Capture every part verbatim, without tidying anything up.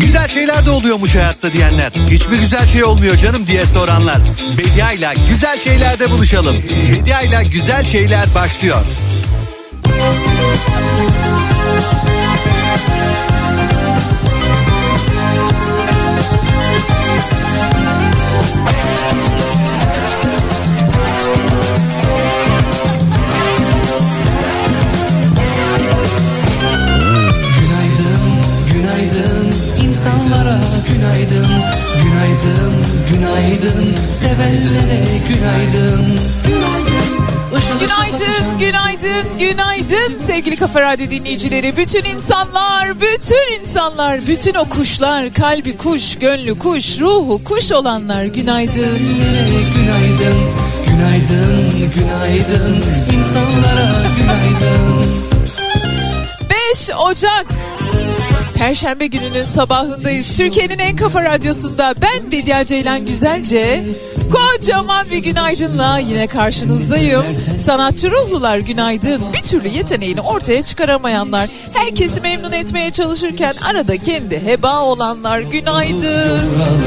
Güzel şeyler de oluyormuş hayatta diyenler. Hiç mi güzel şey olmuyor canım diye soranlar. Bedia'yla güzel şeylerde buluşalım. Bedia'yla güzel şeyler başlıyor. İnsanlara günaydın, günaydın, günaydın, sevenlere günaydın, günaydın. Günaydın, günaydın, günaydın sevgili Kafa Radyo dinleyicileri. Bütün insanlar, bütün insanlar, bütün o kuşlar, kalbi kuş, gönlü kuş, ruhu kuş olanlar günaydın. Günaydın, günaydın, günaydın, insanlara günaydın. beş Ocak Perşembe gününün sabahındayız. Türkiye'nin en kafa radyosunda ben Bedia Ceylan Güzelce kocaman bir günaydınla yine karşınızdayım. Sanatçı ruhlular günaydın. Bir türlü yeteneğini ortaya çıkaramayanlar, herkesi memnun etmeye çalışırken arada kendi heba olanlar günaydın.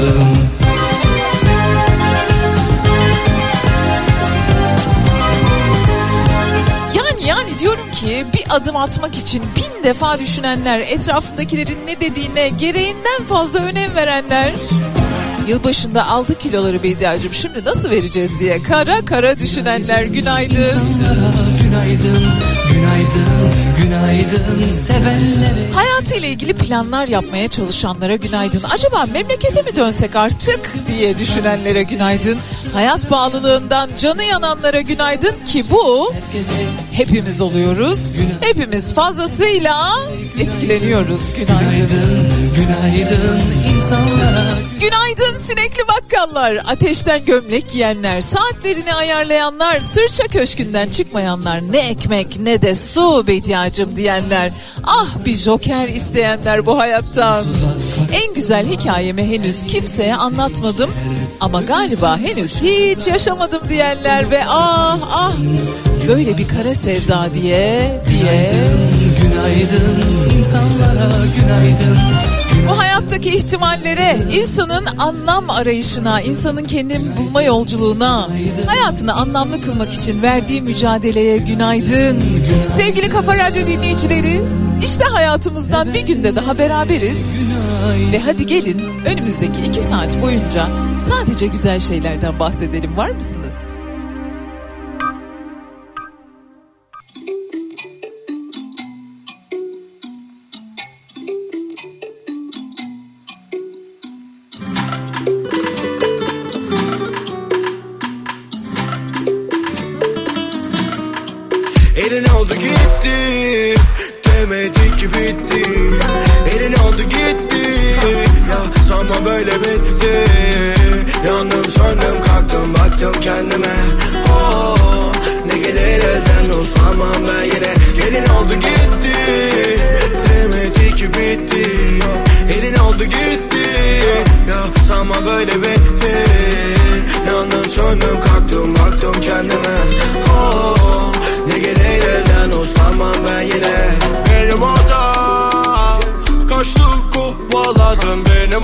Yani yani diyorum ki bir adım atmak için bin defa düşünenler, etrafındakilerin ne dediğine gereğinden fazla önem verenler, yılbaşında aldı kiloları Bediacığım şimdi nasıl vereceğiz diye kara kara düşünenler günaydın. Günaydın, günaydın, günaydın, sevenlere. Hayatıyla ilgili planlar yapmaya çalışanlara günaydın. Acaba memlekete mi dönsek artık diye düşünenlere günaydın. Hayat bağlılığından canı yananlara günaydın ki bu hepimiz oluyoruz. Hepimiz fazlasıyla etkileniyoruz. Günaydın. Günaydın insanlara. Günaydın sinekli bakkallar, ateşten gömlek giyenler, saatlerini ayarlayanlar, sırça köşkünden çıkmayanlar, ne ekmek ne de su Bediacığım diyenler, ah bir joker isteyenler bu hayattan. En güzel hikayemi henüz kimseye anlatmadım ama galiba henüz hiç yaşamadım diyenler ve ah ah böyle bir kara sevda diye diye. Günaydın insanlara günaydın. Bu hayattaki ihtimallere, insanın anlam arayışına, insanın kendini bulma yolculuğuna, hayatını anlamlı kılmak için verdiği mücadeleye günaydın. Sevgili Kafa Radyo dinleyicileri, işte hayatımızdan bir günde daha beraberiz. Ve hadi gelin önümüzdeki iki saat boyunca sadece güzel şeylerden bahsedelim, var mısınız? Elin oldu gitti, demedi ki bitti. Elin oldu gitti, ya sanma böyle bitti. Yandım söndüm kalktım baktım kendime. Oh, ne gelir elden uslanmam ben yine. Elin oldu gitti, demedi ki bitti. Elin oldu gitti, ya sanma böyle bitti. Yandım söndüm kalktım baktım kendime. Oh, ne gelir elden uslanmam ben yine. Benim hatam, kaçtım kovaladım benim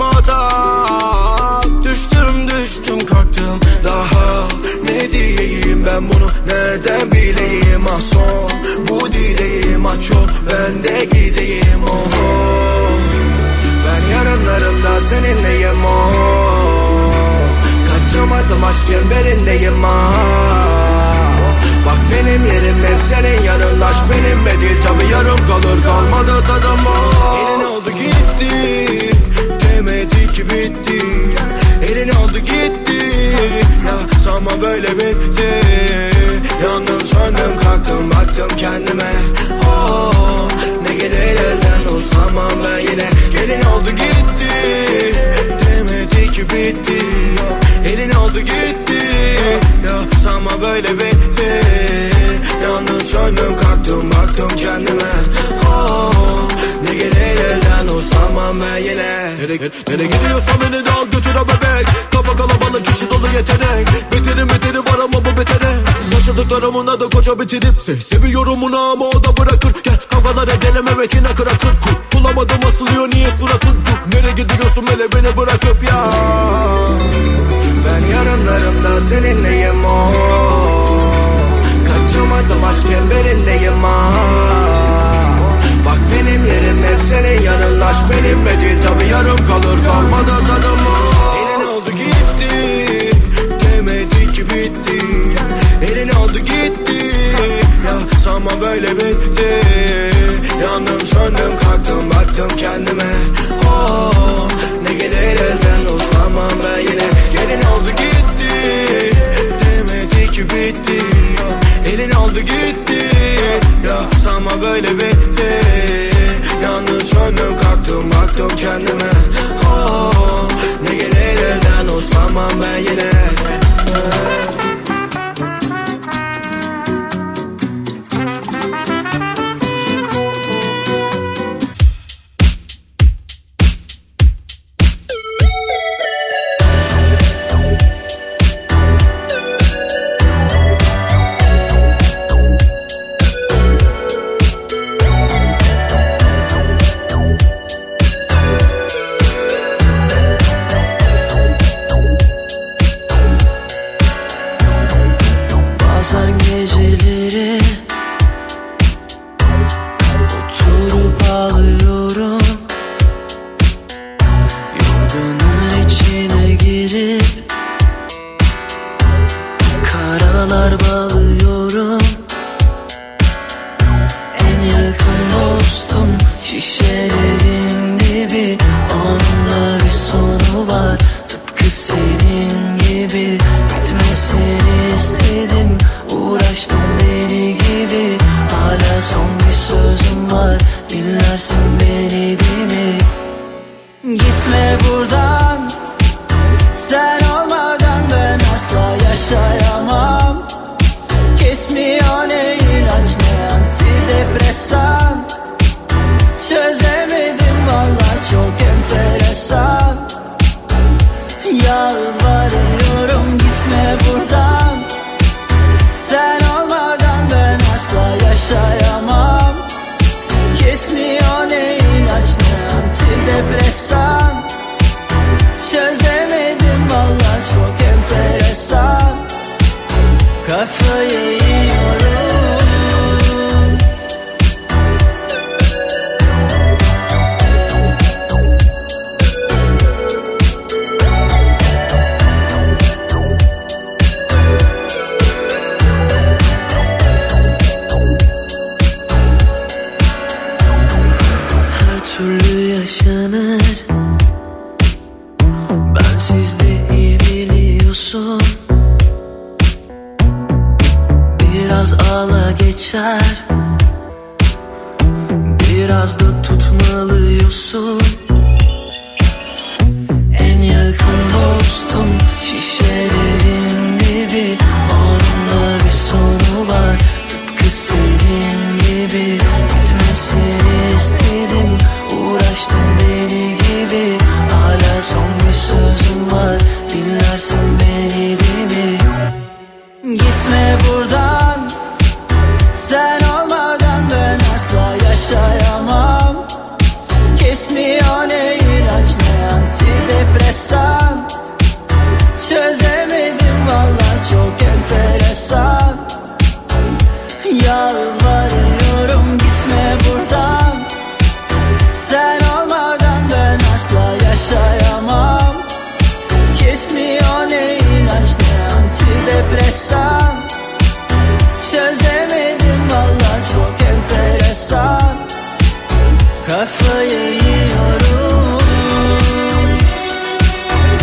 hatam. Düştüm düştüm kalktım daha ne diyeyim ben bunu nereden bileyim. Ah son bu dileğim ah çok ben de gideyim. Oh, ben yarınlarımda seninleyim. Oh, kaçamadım aşk çemberindeyim. Ah, bak benim yerim hep senin yanın. Aşk benimle değil tabi yarım kalır kalmadı tadım. Elin oldu gitti, demedi ki bitti. Elin oldu gitti, ya sanma böyle bitti. Yandım söndüm kalktım baktım kendime. Oh, ne gelir elden uslanmam ben yine. Gelin oldu gitti, demedi ki bitti. Elin oldu gitti, ya sanma böyle bitti. Yandım söndüm kalktım baktım kendime. Oh, ne gelir elden uslanmam ben yine. Nereye, nereye gidiyorsan beni de al götür o bebek. Kafa kalabalık içi dolu yetenek. Beterin beteri var ama bu betere. Yaşadıklarımın adı koca bitirip se seviyorum onu ama o da bırakır. Gel kafalara deneme retine kırakır. Bulamadım asılıyor niye suratın. Nereye gidiyorsun olsun böyle beni bırakıp ya. Ben yarınlarımda seninleyim o. Kaçamadım aşk çemberindeyim ha. Bak benim yerim hep senin yanın. Aşk benimle değil tabi yarım kalır, kalmadı tadım o. Elin oldu gitti, demedi ki bitti. Elin oldu gitti, ya sanma böyle bitti. Yandım söndüm kalktım baktım kendime. Oh, ne gelir elden uslanmam ben yine. Elin oldu gitti, demedi ki bitti. Elin oldu gitti, ya sanma böyle bitti. Yandım söndüm kalktım baktım kendime. Oh, ne gelir elden uslanmam ben yine. Kafayı yiyorum.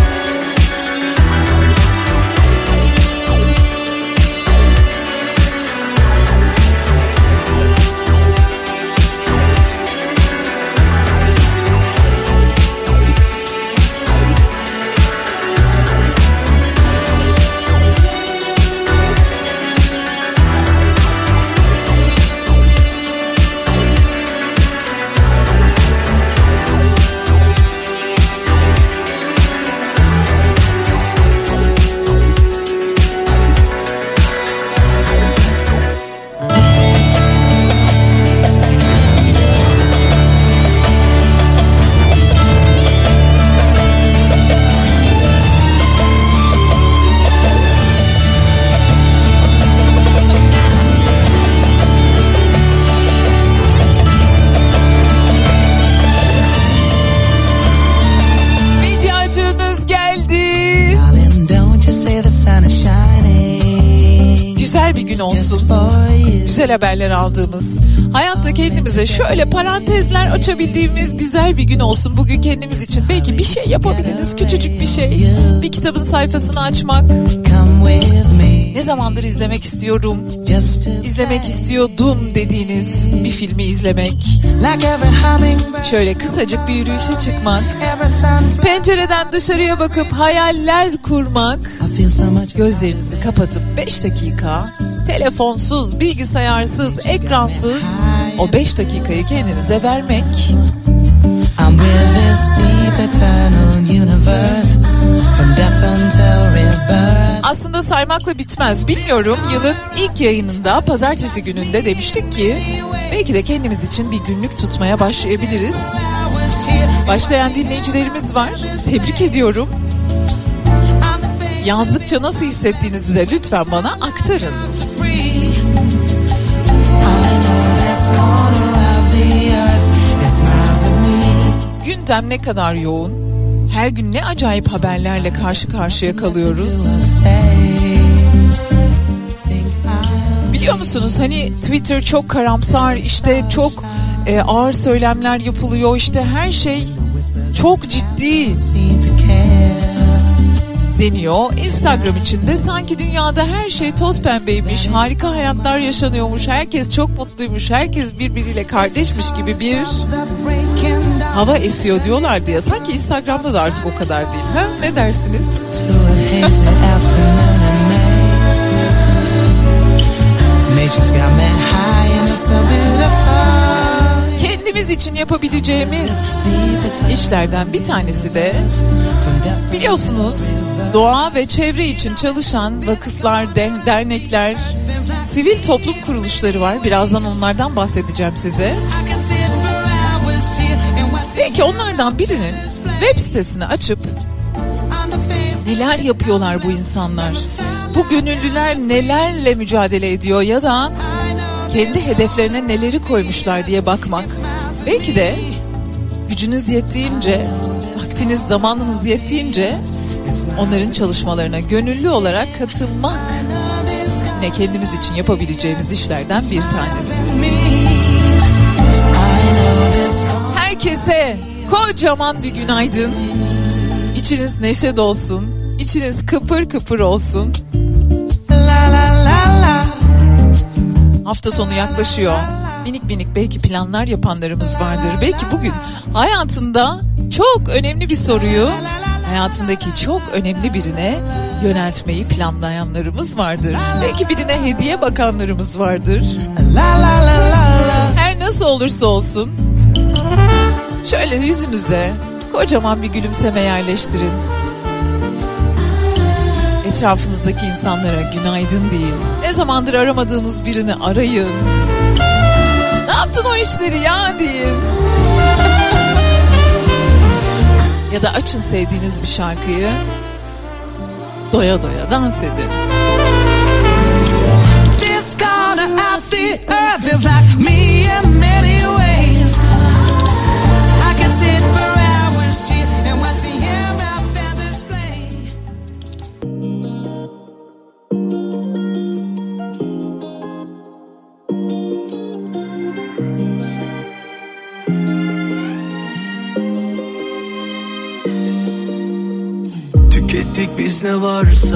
gün olsun. Güzel haberler aldığımız, hayatta kendimize şöyle parantezler açabildiğimiz güzel bir gün olsun. Bugün kendimiz için belki bir şey yapabiliriz. Küçücük bir şey. Bir kitabın sayfasını açmak. Ne zamandır izlemek istiyorum, izlemek istiyordum dediğiniz bir filmi izlemek. Şöyle kısacık bir yürüyüşe çıkmak. Pencereden dışarıya bakıp hayaller kurmak. Gözlerinizi kapatıp beş dakika telefonsuz, bilgisayarsız, ekransız o beş dakikayı kendinize vermek. I'm with this deep eternal universe from death until rebirth. Aslında saymakla bitmez. Bilmiyorum, yılın ilk yayınında pazartesi gününde demiştik ki belki de kendimiz için bir günlük tutmaya başlayabiliriz. Başlayan dinleyicilerimiz var. Tebrik ediyorum. Yazdıkça nasıl hissettiğinizi de lütfen bana aktarın. Gündem ne kadar yoğun, her gün ne acayip haberlerle karşı karşıya kalıyoruz. Biliyor musunuz, hani Twitter çok karamsar, işte çok e, ağır söylemler yapılıyor, işte her şey çok ciddi deniyor. Instagram içinde sanki dünyada her şey toz pembeymiş, harika hayatlar yaşanıyormuş, herkes çok mutluymuş, herkes birbiriyle kardeşmiş gibi bir hava esiyor diyorlar diye. Sanki Instagram'da da artık o kadar değil. Ha? Ne dersiniz? Kendimiz için yapabileceğimiz işlerden bir tanesi de, biliyorsunuz, doğa ve çevre için çalışan vakıflar, dernekler, sivil toplum kuruluşları var. Birazdan onlardan bahsedeceğim size. Belki onlardan birinin web sitesini açıp neler yapıyorlar bu insanlar, bu gönüllüler nelerle mücadele ediyor ya da kendi hedeflerine neleri koymuşlar diye bakmak. Belki de gücünüz yettiğince, vaktiniz, zamanınız yettiğince onların çalışmalarına gönüllü olarak katılmak ne kendimiz için yapabileceğimiz işlerden bir tanesi. Herkese kocaman bir günaydın. İçiniz neşe dolsun, içiniz kıpır kıpır olsun. Hafta sonu yaklaşıyor. Minik minik belki planlar yapanlarımız vardır. Belki bugün hayatında çok önemli bir soruyu hayatındaki çok önemli birine yöneltmeyi planlayanlarımız vardır. Belki birine hediye bakanlarımız vardır. Her nasıl olursa olsun şöyle yüzünüze kocaman bir gülümseme yerleştirin. Etrafınızdaki insanlara günaydın deyin. Ne zamandır aramadığınız birini arayın. Ne yaptın o işleri ya deyin. Ya da açın sevdiğiniz bir şarkıyı, doya doya dans edin. This corner of the earth is like me in many ways. I can sit for hours here and watch the air feathers play. Tükettik biz ne varsa,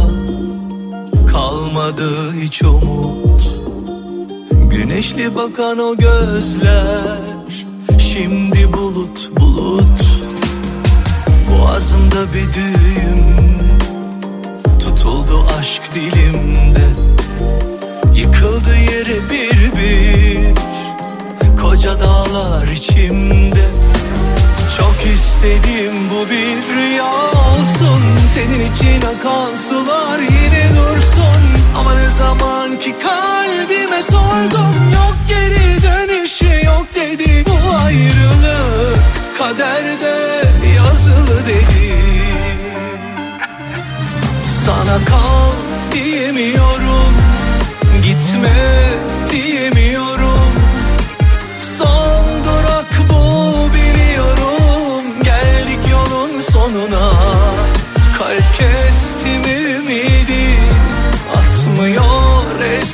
kalmadı hiç umut. Güneşli bakan o gözler, şimdi bulut bulut. Boğazımda bir düğüm, tutuldu aşk dilimde. Yıkıldı yere bir bir, koca dağlar içimde. Çok istedim bu bir rüya olsun, senin için akan sular yine dursun. Ama ne zaman ki kalbime sordum, yok geri dönüşü yok dedi. Bu ayrılık kaderde yazılı dedi. Sana kal diyemiyorum, gitme diyemiyorum. Son durak bu biliyorum, geldik yolun sonuna. Kalp kestim ümidi, atmıyor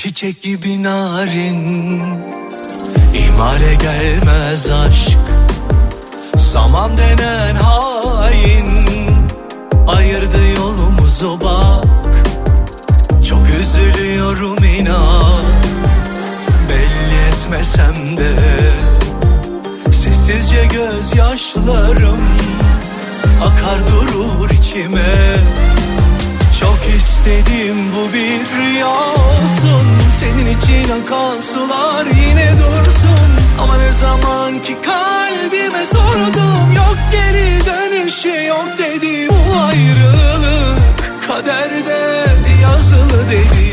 çiçek gibi narin. İmale gelmez aşk, zaman denen hain. Ayırdı yolumuzu bak, çok üzülüyorum inan. Belli etmesem de sessizce gözyaşlarım akar durur içime. Çok istedim bu bir rüya olsun, senin için akan sular yine dursun. Ama ne zaman ki kalbime sordum, yok geri dönüşü yok dedi. Bu ayrılık kaderde yazılı dedi.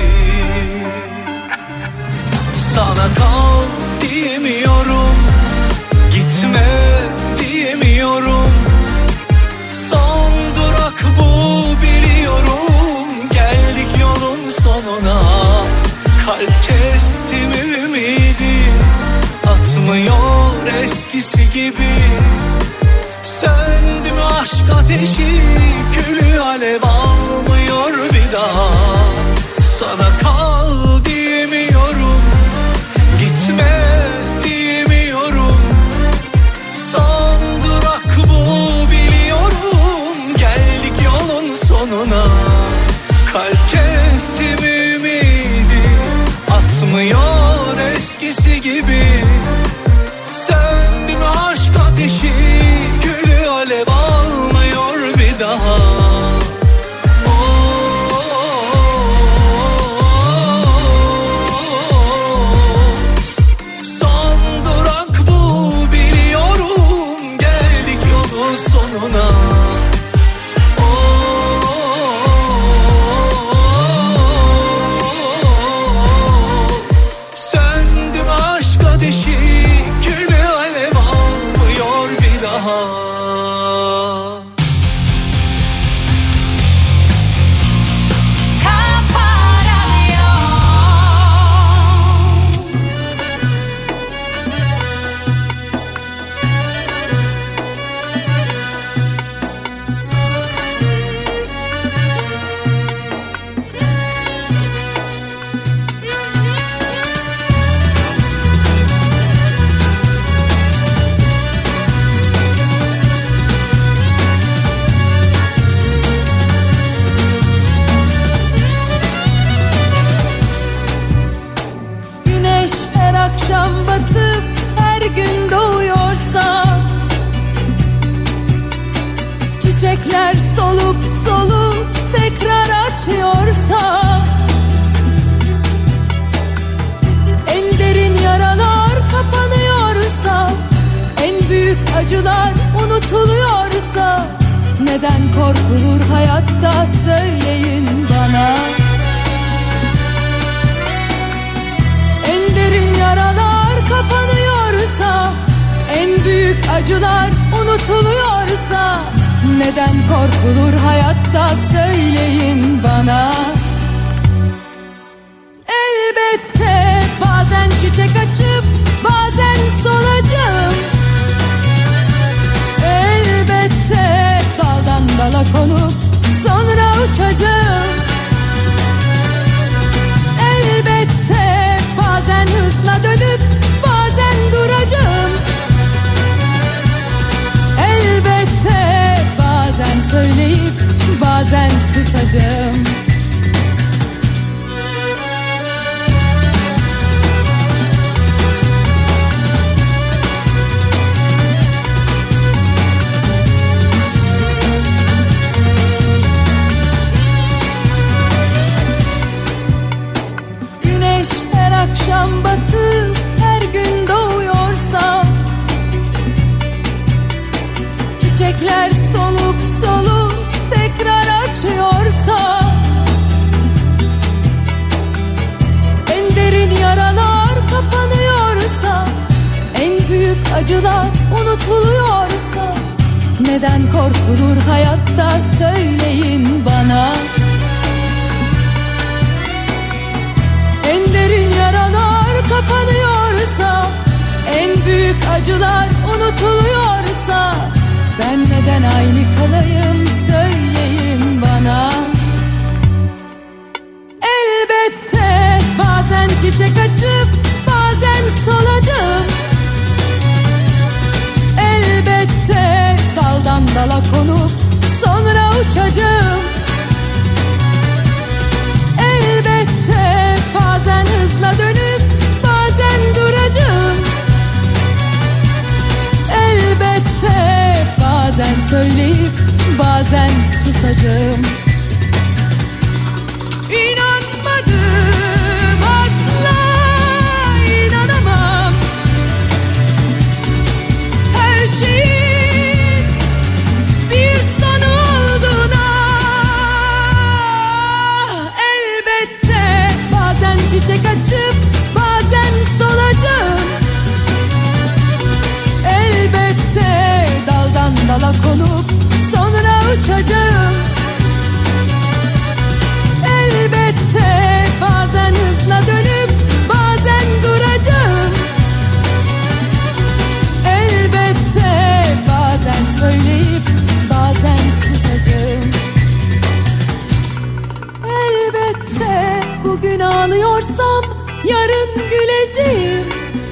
Sana kal diyemiyorum, gitme diyemiyorum. Son durak bu biliyorum, geldik yolun sonuna. Kalp kesti mi ümidi, atmıyor eskisi gibi. Söndü mü aşk ateşi, külü alev almıyor bir daha. Sana kal diyemiyorum, gitme diyemiyorum. Son durak bu biliyorum, geldik yolun sonuna. Kalp kesti mi ümidi, atmıyor eskisi gibi. Söndü mü aşk ateşi, külü alev almıyor bir daha. Son durak bu biliyorum, geldik yolun sonuna. Söndü mü aşk ateşi, külü alev almıyor bir daha. Güneş her akşam batıp her gün doğuyorsa, çiçekler solup solup tekrar açıyorsa, en derin yaralar kapanıyorsa, en büyük acılar unutuluyorsa, neden korkulur hayatta söyleyin bana. En derin yaralar kapanıyorsa, en büyük acılar unutuluyorsa, neden korkulur hayatta söyleyin bana. Elbette bazen çiçek açıp bazen solacağım. Elbette daldan dala konup sonra uçacağım. Elbette bazen hızla dönüp bazen duracağım. Elbette bazen söyleyip bazen susacağım. Güneş her akşam batıp her gün doğuyorsa, çiçekler solup solup tekrar açıyorsa, en derin yaralar kapanıyorsa, en büyük acılar unutuluyorsa, neden korkulur hayatta söyleyin bana. En derin yaralar kapanıyorsa, en büyük acılar unutuluyorsa, ben neden aynı kalayım söyleyin bana. Elbette bazen çiçek açıp bazen solacağım. Elbette daldan dala konup sonra uçacağım. Elbette bazen hızla dönüp bazen duracağım. Elbette bazen söyleyip bazen susacağım. İnanmadım, asla inanamam. Her şeyin bir sonu olduğuna. Elbette bazen çiçek açıp bazen solacağım. Elbette daldan dala konup sonra uçacağım. Elbette bazen hızla dönüp bazen duracağım. Elbette bazen söyleyip bazen susacağım. Elbette bugün ağlıyorsam yarın güleceğim.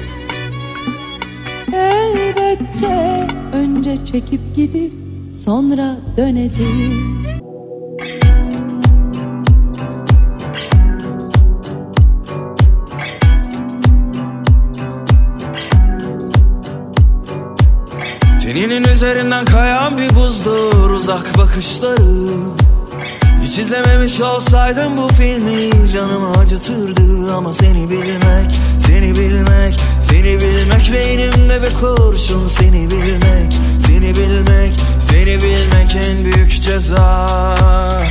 Elbette önce çekip gidip sonra döneceğim. Teninin üzerinden kayan bir buzdur uzak bakışları. Hiç izlememiş olsaydım bu filmi canımı acıtırdı. Ama seni bilmek, seni bilmek, seni bilmek beynimde bir kurşun. Seni bilmek, seni bilmek, seni bilmek en büyük ceza.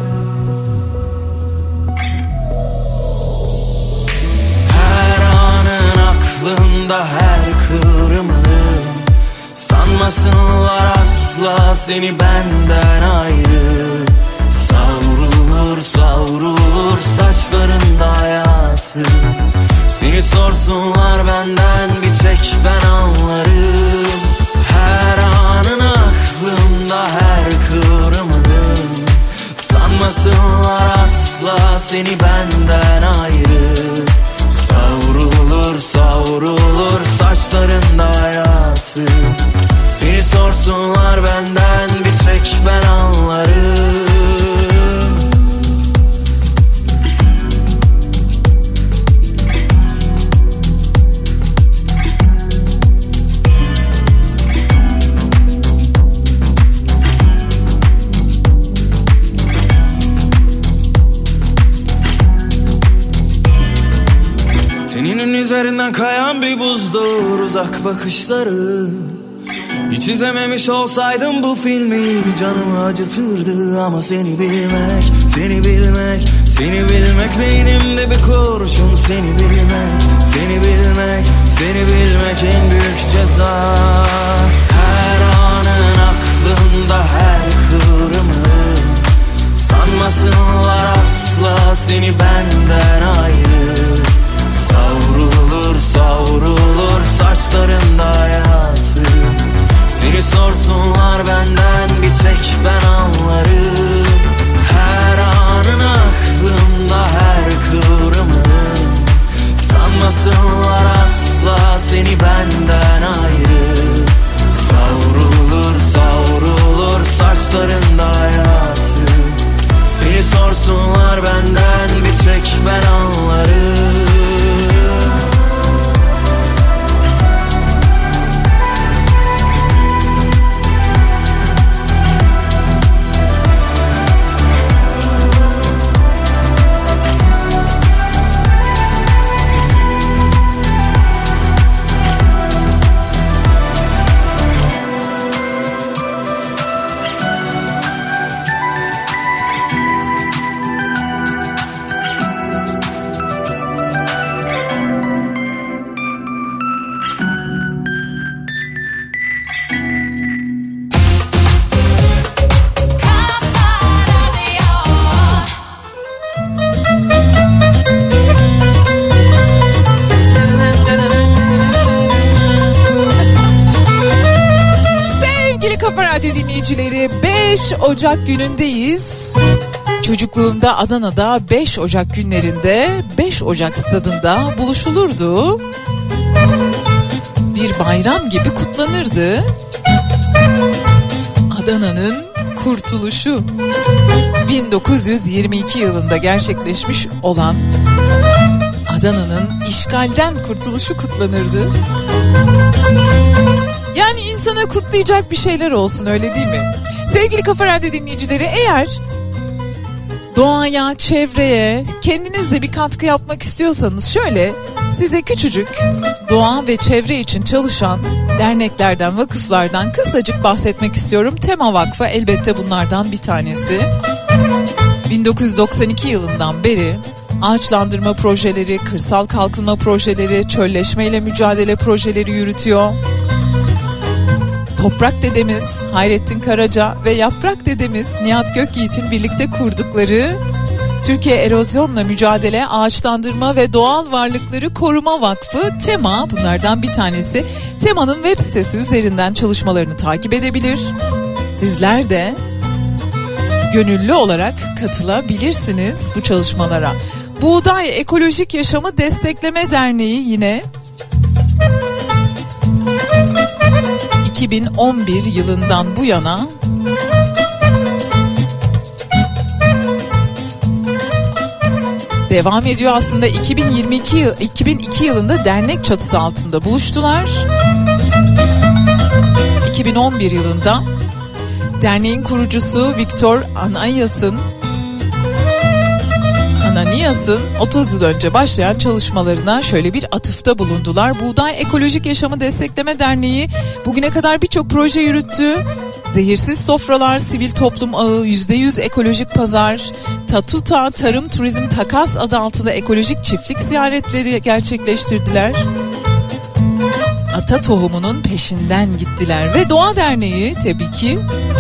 Her anın aklımda her kıvrımı. Sanmasınlar asla seni benden ayrı. Savrulur savrulur saçlarında hayatı. Seni sorsunlar benden bir tek ben anlarım. Her anın aklımda her kıvrımın. Sanmasınlar asla seni benden ayrı. Savrulur savrulur saçlarında hayatı. Seni sorsunlar benden bir tek ben anlarım. Teninin üzerinden kayan bir buzdur uzak bakışları. Hiç izlememiş olsaydım bu filmi canımı acıtırdı. Ama seni bilmek, seni bilmek, seni bilmek beynimde bir kurşun. Seni bilmek, seni bilmek, seni bilmek en büyük ceza. Her anın aklımda her kıvrımı. Sanmasınlar asla seni benden ayrı. Savrulur savrulur saçlarında hayatı. Seni sorsunlar benden bir tek ben anlarım. Her anın aklımda her kıvrımı. Sanmasınlar asla seni benden ayrı. Savrulur savrulur saçlarında hayatı. Seni sorsunlar benden bir tek ben anlarım. beş Ocak günündeyiz. Çocukluğumda Adana'da beş Ocak günlerinde beş beş Ocak stadında buluşulurdu. Bir bayram gibi kutlanırdı. Adana'nın kurtuluşu bin dokuz yüz yirmi iki yılında gerçekleşmiş olan Adana'nın işgalden kurtuluşu kutlanırdı. Yani insana kutlayacak bir şeyler olsun, öyle değil mi? Sevgili Kafa Radyo dinleyicileri, eğer doğaya, çevreye kendiniz de bir katkı yapmak istiyorsanız şöyle size küçücük doğa ve çevre için çalışan derneklerden, vakıflardan kısacık bahsetmek istiyorum. Tema Vakfı elbette bunlardan bir tanesi. bin dokuz yüz doksan iki yılından beri ağaçlandırma projeleri, kırsal kalkınma projeleri, çölleşmeyle mücadele projeleri yürütüyor. Toprak dedemiz Hayrettin Karaca ve yaprak dedemiz Nihat Gökyiğit'in birlikte kurdukları Türkiye Erozyonla Mücadele, Ağaçlandırma ve Doğal Varlıkları Koruma Vakfı Tema bunlardan bir tanesi. Tema'nın web sitesi üzerinden çalışmalarını takip edebilir. Sizler de gönüllü olarak katılabilirsiniz bu çalışmalara. Buğday Ekolojik Yaşamı Destekleme Derneği yine iki bin on bir yılından bu yana devam ediyor aslında. iki bin yirmi iki iki bin iki yılında dernek çatısı altında buluştular. iki bin on bir yılında derneğin kurucusu Viktor Ananias'ın Ananias'ın otuz yıl önce başlayan çalışmalarına şöyle bir atıfta bulundular. Buğday Ekolojik Yaşamı Destekleme Derneği bugüne kadar birçok proje yürüttü. Zehirsiz Sofralar, Sivil Toplum Ağı, yüzde yüz Ekolojik Pazar, Tatuta Tarım Turizm Takas adı altında ekolojik çiftlik ziyaretleri gerçekleştirdiler. Ata tohumunun peşinden gittiler ve Doğa Derneği tabii ki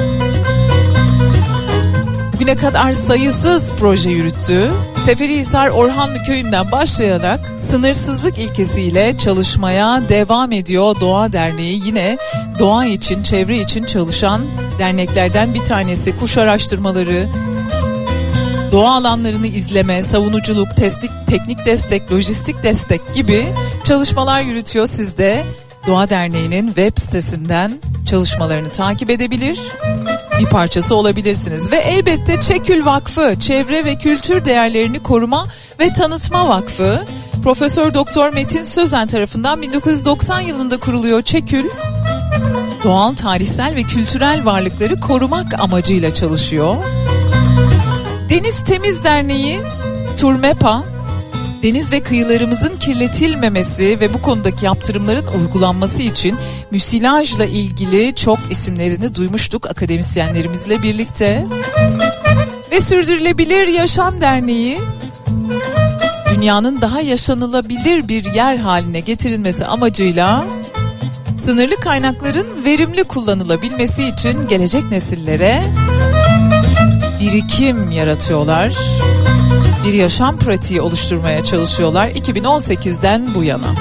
bugüne kadar sayısız proje yürüttü. Seferihisar Orhanlı Köyü'nden başlayarak sınırsızlık ilkesiyle çalışmaya devam ediyor. Doğa Derneği yine doğa için, çevre için çalışan derneklerden bir tanesi. Kuş araştırmaları, doğa alanlarını izleme, savunuculuk, teknik, teknik destek, lojistik destek gibi çalışmalar yürütüyor. Siz de Doğa Derneği'nin web sitesinden çalışmalarını takip edebilir, bir parçası olabilirsiniz. Ve elbette Çekül Vakfı, Çevre ve Kültür Değerlerini Koruma ve Tanıtma Vakfı, Profesör Doktor Metin Sözen tarafından bin dokuz yüz doksan yılında kuruluyor. Çekül, doğal, tarihsel ve kültürel varlıkları korumak amacıyla çalışıyor. Deniz Temiz Derneği, Turmepa, deniz ve kıyılarımızın kirletilmemesi ve bu konudaki yaptırımların uygulanması için müsilajla ilgili çok isimlerini duymuştuk akademisyenlerimizle birlikte. Ve Sürdürülebilir Yaşam Derneği, dünyanın daha yaşanılabilir bir yer haline getirilmesi amacıyla sınırlı kaynakların verimli kullanılabilmesi için gelecek nesillere birikim yaratıyorlar. Bir yaşam pratiği oluşturmaya çalışıyorlar iki bin on sekizden bu yana.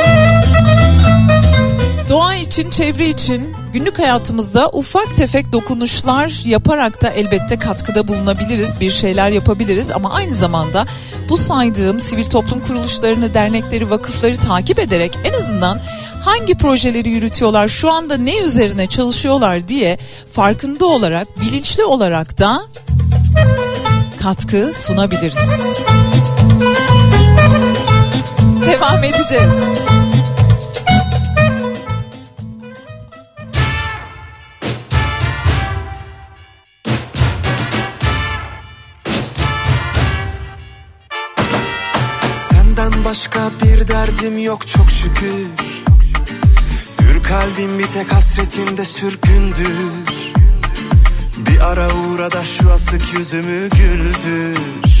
Doğa için, çevre için günlük hayatımızda ufak tefek dokunuşlar yaparak da elbette katkıda bulunabiliriz, bir şeyler yapabiliriz ama aynı zamanda bu saydığım sivil toplum kuruluşlarını, dernekleri, vakıfları takip ederek en azından hangi projeleri yürütüyorlar, şu anda ne üzerine çalışıyorlar diye farkında olarak, bilinçli olarak da katkı sunabiliriz. Devam edeceğiz. Senden başka bir derdim yok çok şükür. Hür kalbim bir tek hasretinde sürgündür. Bir ara uğra da şu asık yüzümü güldür.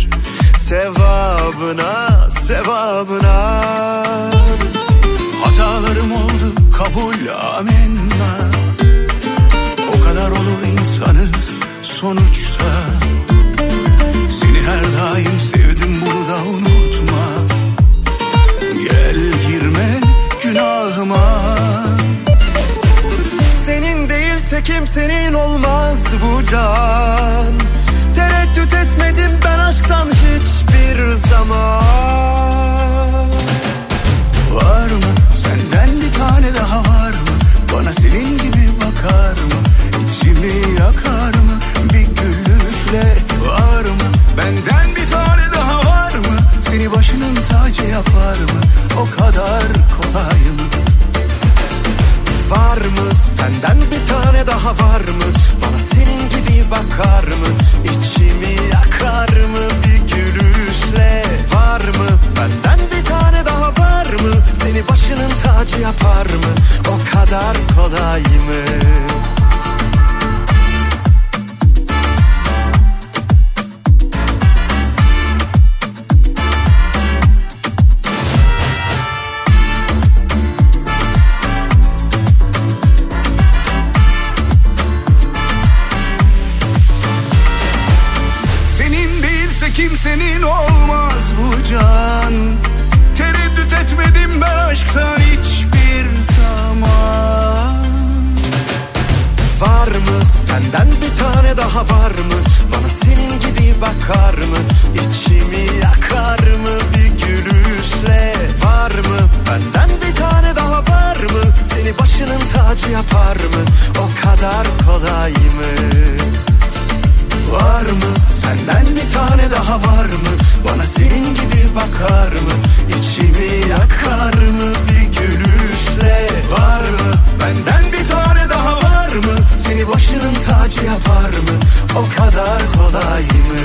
Sevabına, sevabına. Hatalarım oldu kabul amenna. O kadar olur insanız sonuçta. Seni her daim sevdim, bunu da unutma. Gel girme günahıma. Senin değilse kimsenin olmaz bu can. Tereddüt etmedim ben aşktan hiçbir zaman. daha var mı? Bana senin gibi bakar mı? İçimi yakar mı bir gülüşle? Var mı? Benden bir tane daha var mı? Seni başının tacı yapar mı? O kadar kolay mı? Kimsenin olmaz bu can. Tereddüt etmedim ben aşktan hiçbir zaman. Var mı? Senden bir tane daha var mı? Bana senin gibi bakar mı? İçimi yakar mı bir gülüşle? Var mı? Benden bir tane daha var mı? Seni başının tacı yapar mı? O kadar kolay mı? Var mı? Senden bir tane daha var mı? Bana senin gibi bakar mı? İçimi yakar mı bir gülüşle? Var mı? Benden bir tane daha var mı? Seni başının tacı yapar mı? O kadar kolay mı?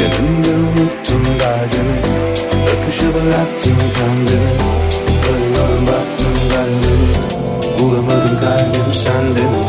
Yanında unuttum derdimi, akışa bıraktım kendimi. Arıyorum Döndüm baktım ben de, bulamadım kalbim sende mi?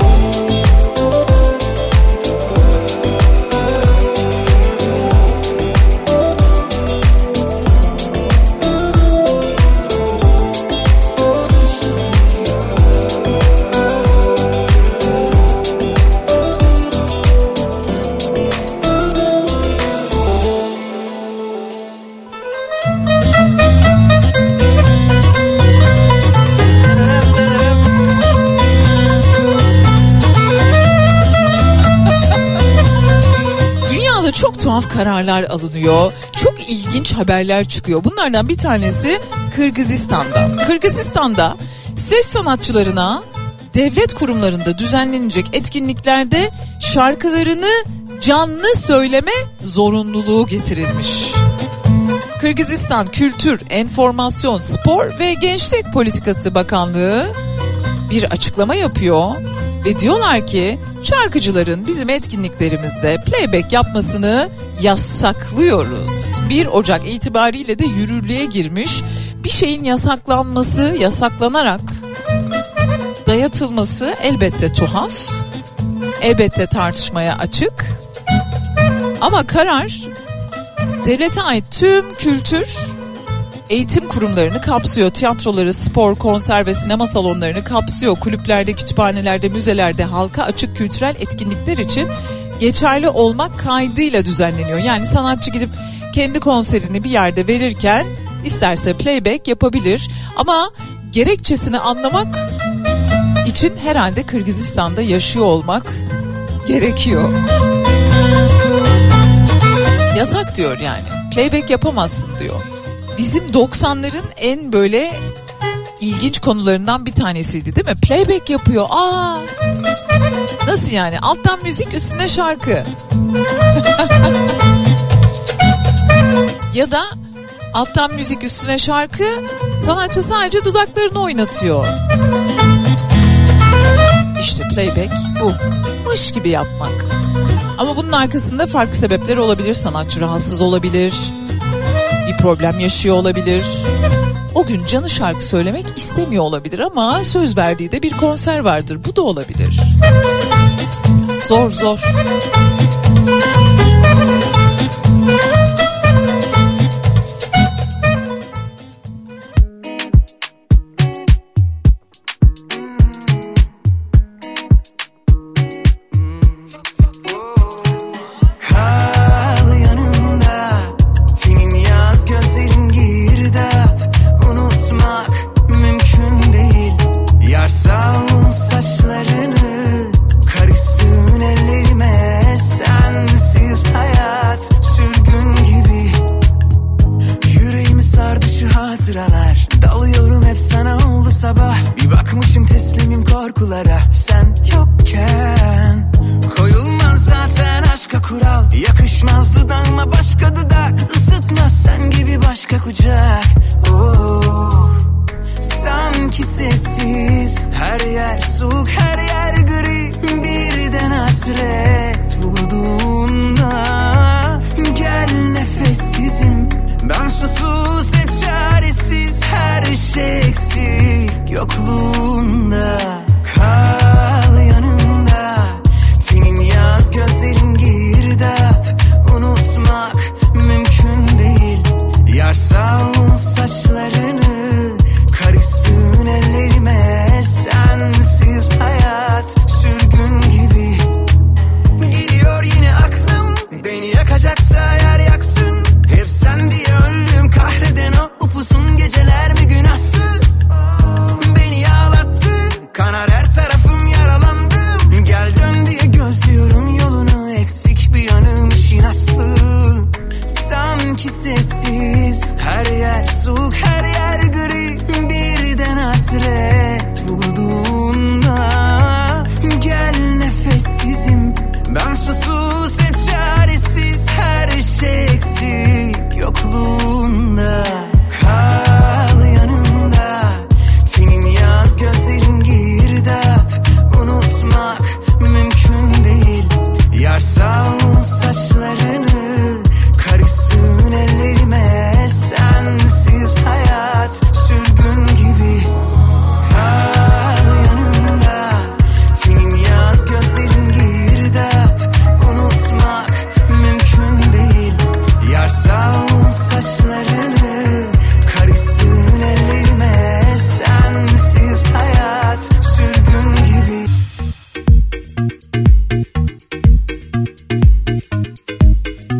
Tuhaf kararlar alınıyor. Çok ilginç haberler çıkıyor. Bunlardan bir tanesi Kırgızistan'da. Kırgızistan'da ses sanatçılarına devlet kurumlarında düzenlenecek etkinliklerde şarkılarını canlı söyleme zorunluluğu getirilmiş. Kırgızistan Kültür, Enformasyon, Spor ve Gençlik Politikası Bakanlığı bir açıklama yapıyor ve diyorlar ki şarkıcıların bizim etkinliklerimizde playback yapmasını yasaklıyoruz. bir Ocak itibariyle de yürürlüğe girmiş bir şeyin yasaklanması, yasaklanarak dayatılması elbette tuhaf, elbette tartışmaya açık. Ama karar devlete ait tüm kültür, eğitim kurumlarını kapsıyor. Tiyatroları, spor, konser ve sinema salonlarını kapsıyor. Kulüplerde, kütüphanelerde, müzelerde halka açık kültürel etkinlikler için geçerli olmak kaydıyla düzenleniyor. Yani sanatçı gidip kendi konserini bir yerde verirken isterse playback yapabilir. Ama gerekçesini anlamak için herhalde Kırgızistan'da yaşıyor olmak gerekiyor. Yasak diyor yani. Playback yapamazsın diyor. Bizim doksanların en böyle ilginç konularından bir tanesiydi değil mi? Playback yapıyor. Aa! Nasıl yani? Alttan müzik, üstüne şarkı. Ya da alttan müzik, üstüne şarkı, sanatçı sadece dudaklarını oynatıyor. İşte playback bu. Mış gibi yapmak. Ama bunun arkasında farklı sebepler olabilir. Sanatçı rahatsız olabilir. Bir problem yaşıyor olabilir. O gün canı şarkı söylemek istemiyor olabilir ama söz verdiği de bir konser vardır. Bu da olabilir. Zor zor.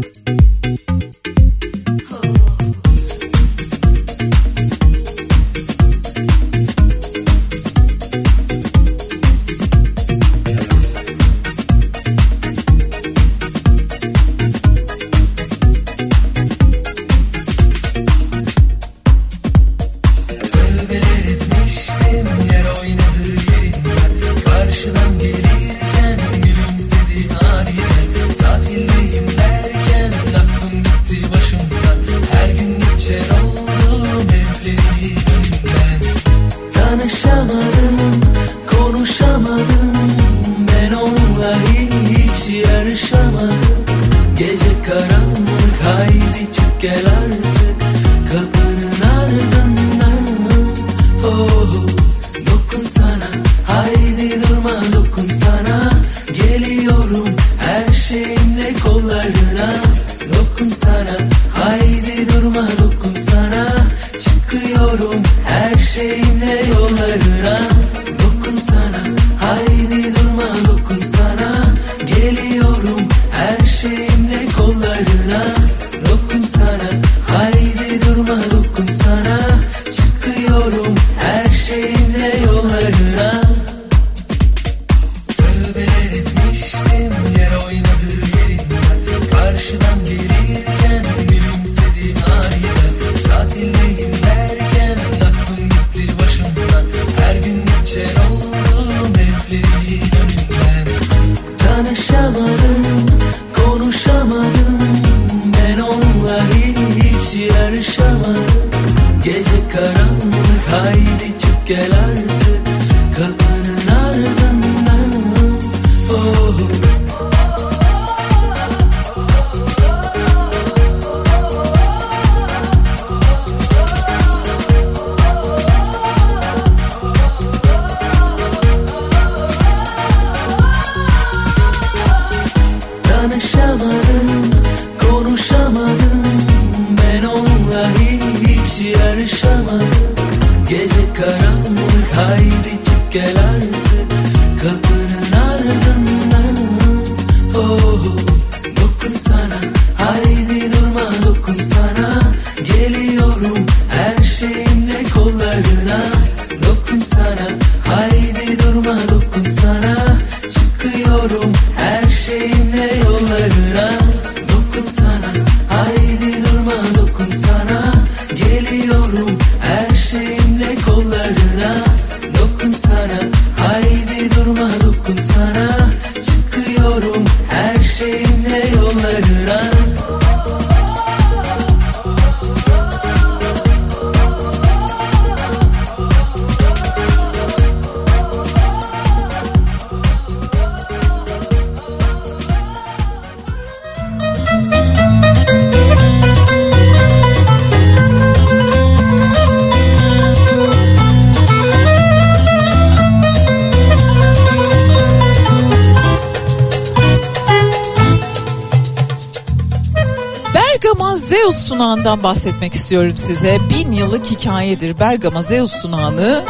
Sunağı'ndan bahsetmek istiyorum size. Bin yıllık hikayedir. Bergama Zeus Sunağı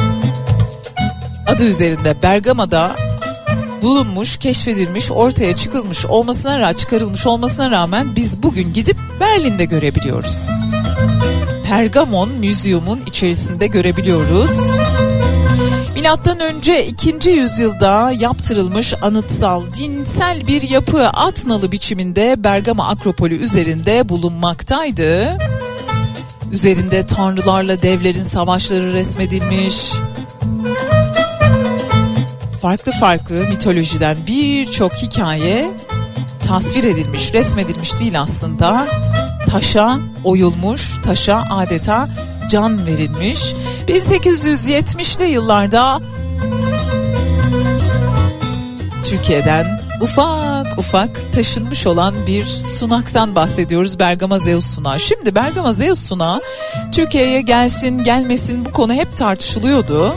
adı üzerinde Bergama'da bulunmuş, keşfedilmiş, ortaya çıkılmış olmasına rağmen, çıkarılmış olmasına rağmen biz bugün gidip Berlin'de görebiliyoruz. Pergamon Müzyum'un içerisinde görebiliyoruz. Milattan önce ikinci yüzyılda yaptırılmış anıtsal, dinsel bir yapı at nalı biçiminde Bergama Akropolü üzerinde bulunmaktaydı. Üzerinde tanrılarla devlerin savaşları resmedilmiş. Farklı farklı mitolojiden birçok hikaye tasvir edilmiş, resmedilmiş değil aslında. Taşa oyulmuş, taşa adeta can verilmiş. bin sekiz yüz yetmişli yıllarda Türkiye'den ufak ufak taşınmış olan bir sunaktan bahsediyoruz. Bergama Zeus Sunağı. Şimdi Bergama Zeus Sunağı Türkiye'ye gelsin gelmesin bu konu hep tartışılıyordu.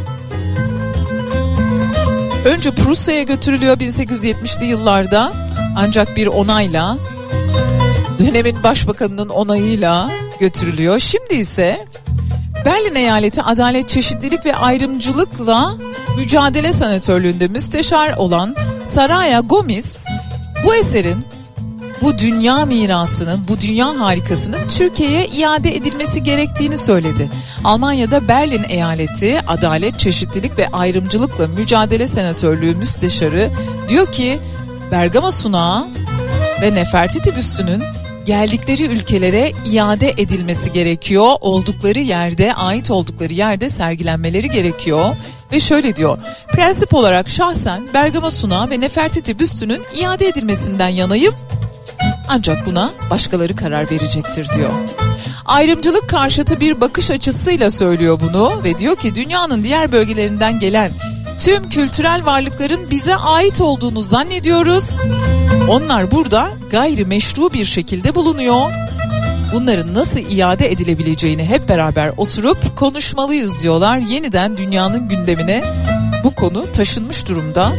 Önce Prusya'ya götürülüyor bin sekiz yüz yetmişli yıllarda ancak bir onayla, dönemin başbakanının onayıyla götürülüyor. Şimdi ise Berlin Eyaleti Adalet, Çeşitlilik ve Ayrımcılıkla Mücadele Sanatörlüğü'nde müsteşar olan Saraya Gomis bu eserin bu dünya mirasının, bu dünya harikasının Türkiye'ye iade edilmesi gerektiğini söyledi. Almanya'da Berlin Eyaleti Adalet, Çeşitlilik ve Ayrımcılıkla Mücadele Senatörlüğü Müsteşarı diyor ki Bergama sunağı ve Nefertiti büstünün geldikleri ülkelere iade edilmesi gerekiyor. Oldukları yerde, ait oldukları yerde sergilenmeleri gerekiyor. Ve şöyle diyor, prensip olarak şahsen Bergama sunağı ve Nefertiti büstünün iade edilmesinden yanayım. Ancak buna başkaları karar verecektir diyor. Ayrımcılık karşıtı bir bakış açısıyla söylüyor bunu ve diyor ki dünyanın diğer bölgelerinden gelen tüm kültürel varlıkların bize ait olduğunu zannediyoruz. Onlar burada gayrimeşru bir şekilde bulunuyor. Bunların nasıl iade edilebileceğini hep beraber oturup konuşmalıyız diyorlar. Yeniden dünyanın gündemine bu konu taşınmış durumda.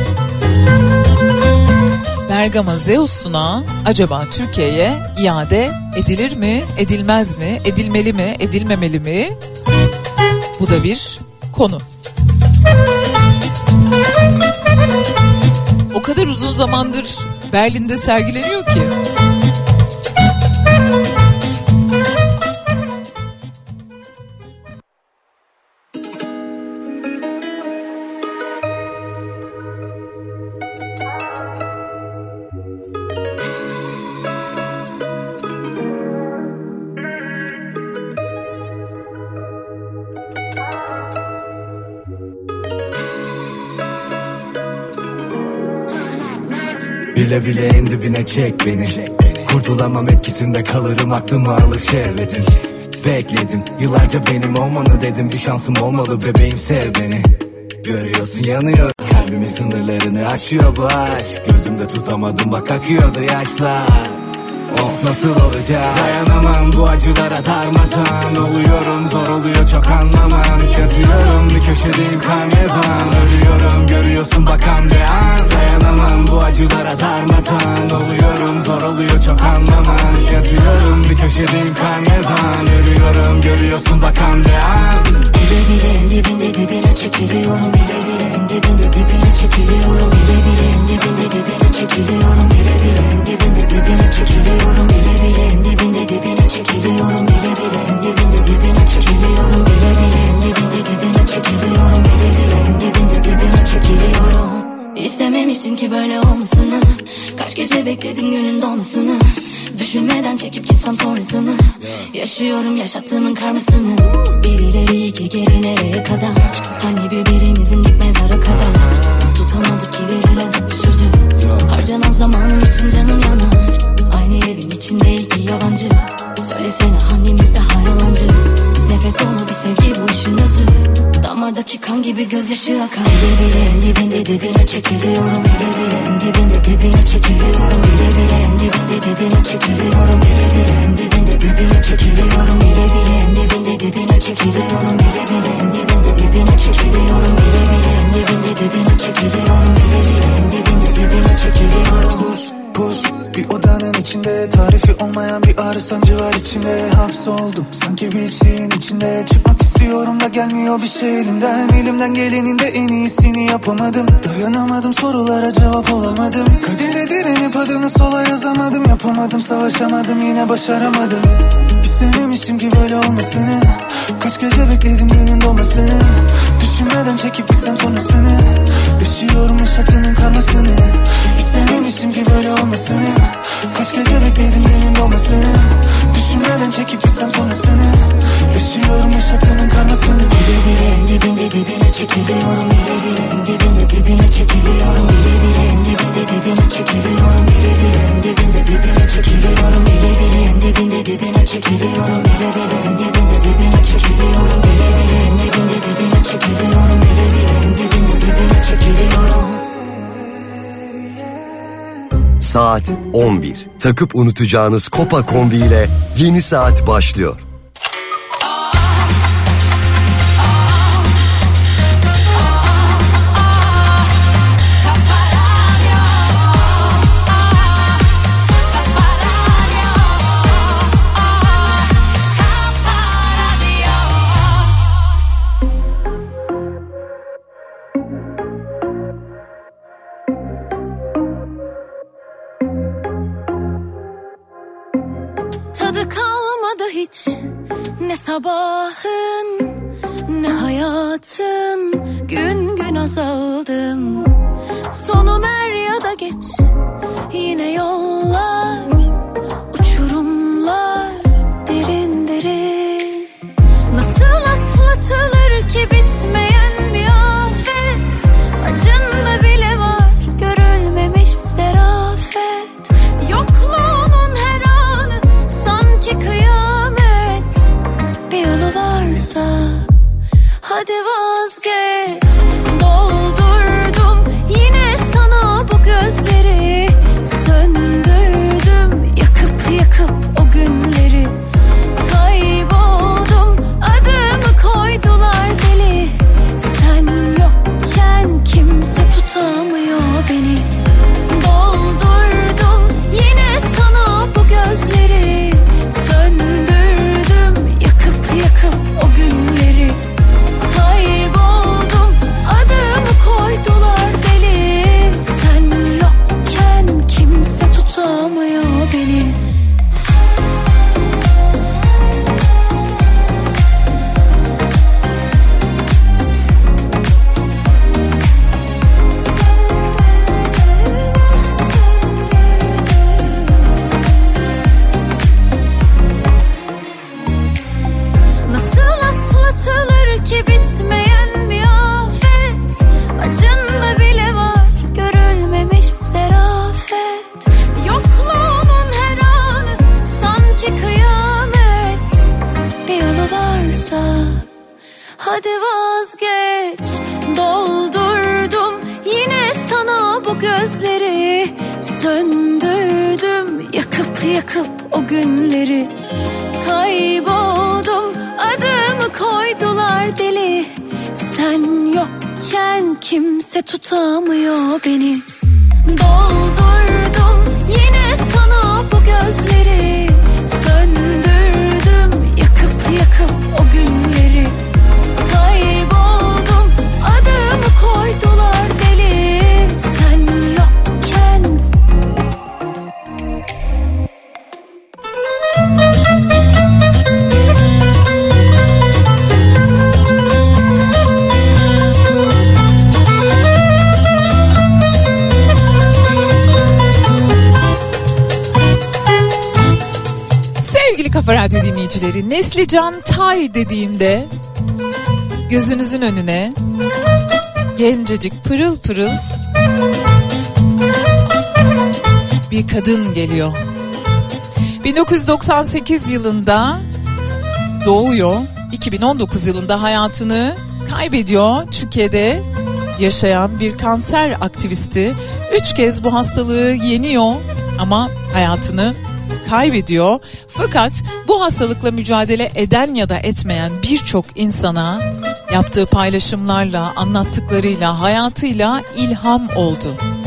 Bergama Zeus sunağı acaba Türkiye'ye iade edilir mi, edilmez mi, edilmeli mi, edilmemeli mi? Bu da bir konu. O kadar uzun zamandır Berlin'de sergileniyor ki. Bile bile en dibine çek beni. Kurtulamam etkisinde kalırım, aklımı alır şehvetin. Bekledim yıllarca benim olmanı, dedim bir şansım olmalı bebeğim, sev beni. Görüyorsun yanıyor, kalbimin sınırlarını aşıyor bu aşk. Gözümde tutamadım bak akıyordu yaşlar. Of nasıl olacak, dayanamam bu acılara, darmadağın oluyorum, zor oluyor çok anlaman. Yazıyorum bir köşedeyim karnevan, ölüyorum görüyorsun bakan bir an. Dayanamam bu acılara, darmadağın oluyorum, zor oluyor çok anlaman. Yazıyorum bir köşedeyim karnevan, ölüyorum görüyorsun bakan bir an. Bile bile en dibinde dibine çekiliyorum, bile bile en dibinde dibine çekiliyorum, bile bile en dibinde dibine çekiliyorum, bile bile en dibinde dibine çekiliyorum, bile bile en dibinde dibine çekiliyorum, bile bile en dibinde dibine çekiliyorum, bile bile en dibinde dibine çekiliyorum, bile bile en dibinde dibine çekiliyorum. İstememiştim ki böyle olmasını, kaç gece bekledim günün dolmasını. Düşünmeden çekip gitsem sonrasını, yaşıyorum yaşattığımın karmasını. Bir ileri iki geri nereye kadar, hani birbirimizin dik mezara kadar. Tutamadık ki verilen bir sözü, harcanan zamanım için canım yanar. Aynı evin içinde iki yabancı, söylesene hangimiz daha yalancı. Nefret dolu bir sevgi bu işin özü, damardaki kan gibi gözyaşı akar. Bile bile en dibinde dibine çekiliyorum, bile bile en dibinde dibine çekiliyorum, bile bile en dibinde dibine çekiliyorum, bile bile en dibinde dibine çekiliyorum, bile bile en dibinde dibine çekiliyorum, bile bile en dibinde dibine çekiliyorum, bile bile en dibinde dibine çekiliyorum, bile bile en dibinde dibine çekiliyorum. Sus pus bir odanın içinde, tarifi olmayan bir ağrı sancı var içimde. Hapsoldum sanki bir şeyin içinde, çıkmak istiyorum da gelmiyor bir şey elimden. Elimden gelenin de en iyisini yapamadım, dayanamadım sorulara cevap olamadım. Kadere direnip adını sola yazamadım, yapamadım savaşamadım yine başaramadım. İstememiştim ki böyle olmasını, kaç gece bekledim günün doğmasını. Düşünmeden çekip gitsem sonrasını, yaşıyorum yaşattığının karmasını. İstememiştim ki böyle olmasını, kaç gece bekledim günün doğmasını. Düşünmeden çekip gitsem sonrasını, yaşıyorum yaşattığının karmasını. Bile bile en dibinde dibine çekiliyorum, bile bile en dibinde dibine çekiliyorum, bile bile en dibinde dibine çekiliyorum, bile bile en dibinde dibine çekiliyorum, bile bile en dibinde dibine çekiliyorum, bile bile en dibinde dibine çekiliyorum, bile bile en dibinde dibine çekiliyorum, bile bile en dibinde dibine çekiliyorum. Saat on bir. Takıp unutacağınız Kopa kombi ile yeni saat başlıyor. tadı kalmadı hiç. Ne sabahın ne hayatın, gün gün azaldım. Sonum er ya da geç, yine yollar, uçurumlar derin derin. Nasıl atlatılır ki bitmeyen bir afet, acında bile var görülmemiş zerafet. Yokluğunun her anı sanki kıyamet. Bir yolu varsa hadi vazgeç. Doldurdum yine sana bu gözleri, söndürdüm yakıp yakıp o günleri. Kayboldum, adımı koydular deli. Sen yokken kimse tutamıyor beni. Doldurdum yine sana bu gözleri, söndürdüm yakıp yakıp o günleri. Kayboldum, adımı koydular deli. Sen yokken kimse tutamıyor beni. Nasıl atlatılır ki bitmeyen bir afet, acında bile var görülmemiş zerafet. Yokluğunun her anı sanki kıyamet. Bir yolu varsa hadi vazgeç. Doldurdum yine sana bu gözleri, söndürdüm yakıp yakıp o günleri. Kayboldum, adımı koydular deli. Sen yokken kimse tutamıyor beni. Doldurdum yine sana bu gözleri, söndürdüm yakıp yakıp o günleri. Kayboldum, adımı koydular deli. Sen yokken. Sevgili Kafa Radyo dinleyicileri, Neslican Tay dediğimde gözünüzün önüne gencecik pırıl pırıl bir kadın geliyor. bin dokuz yüz doksan sekiz yılında doğuyor. iki bin on dokuz yılında hayatını kaybediyor. Türkiye'de yaşayan bir kanser aktivisti. Üç kez bu hastalığı yeniyor ama hayatını kaybediyor. Fakat bu hastalıkla mücadele eden ya da etmeyen birçok insana yaptığı paylaşımlarla, anlattıklarıyla, hayatıyla ilham oldu.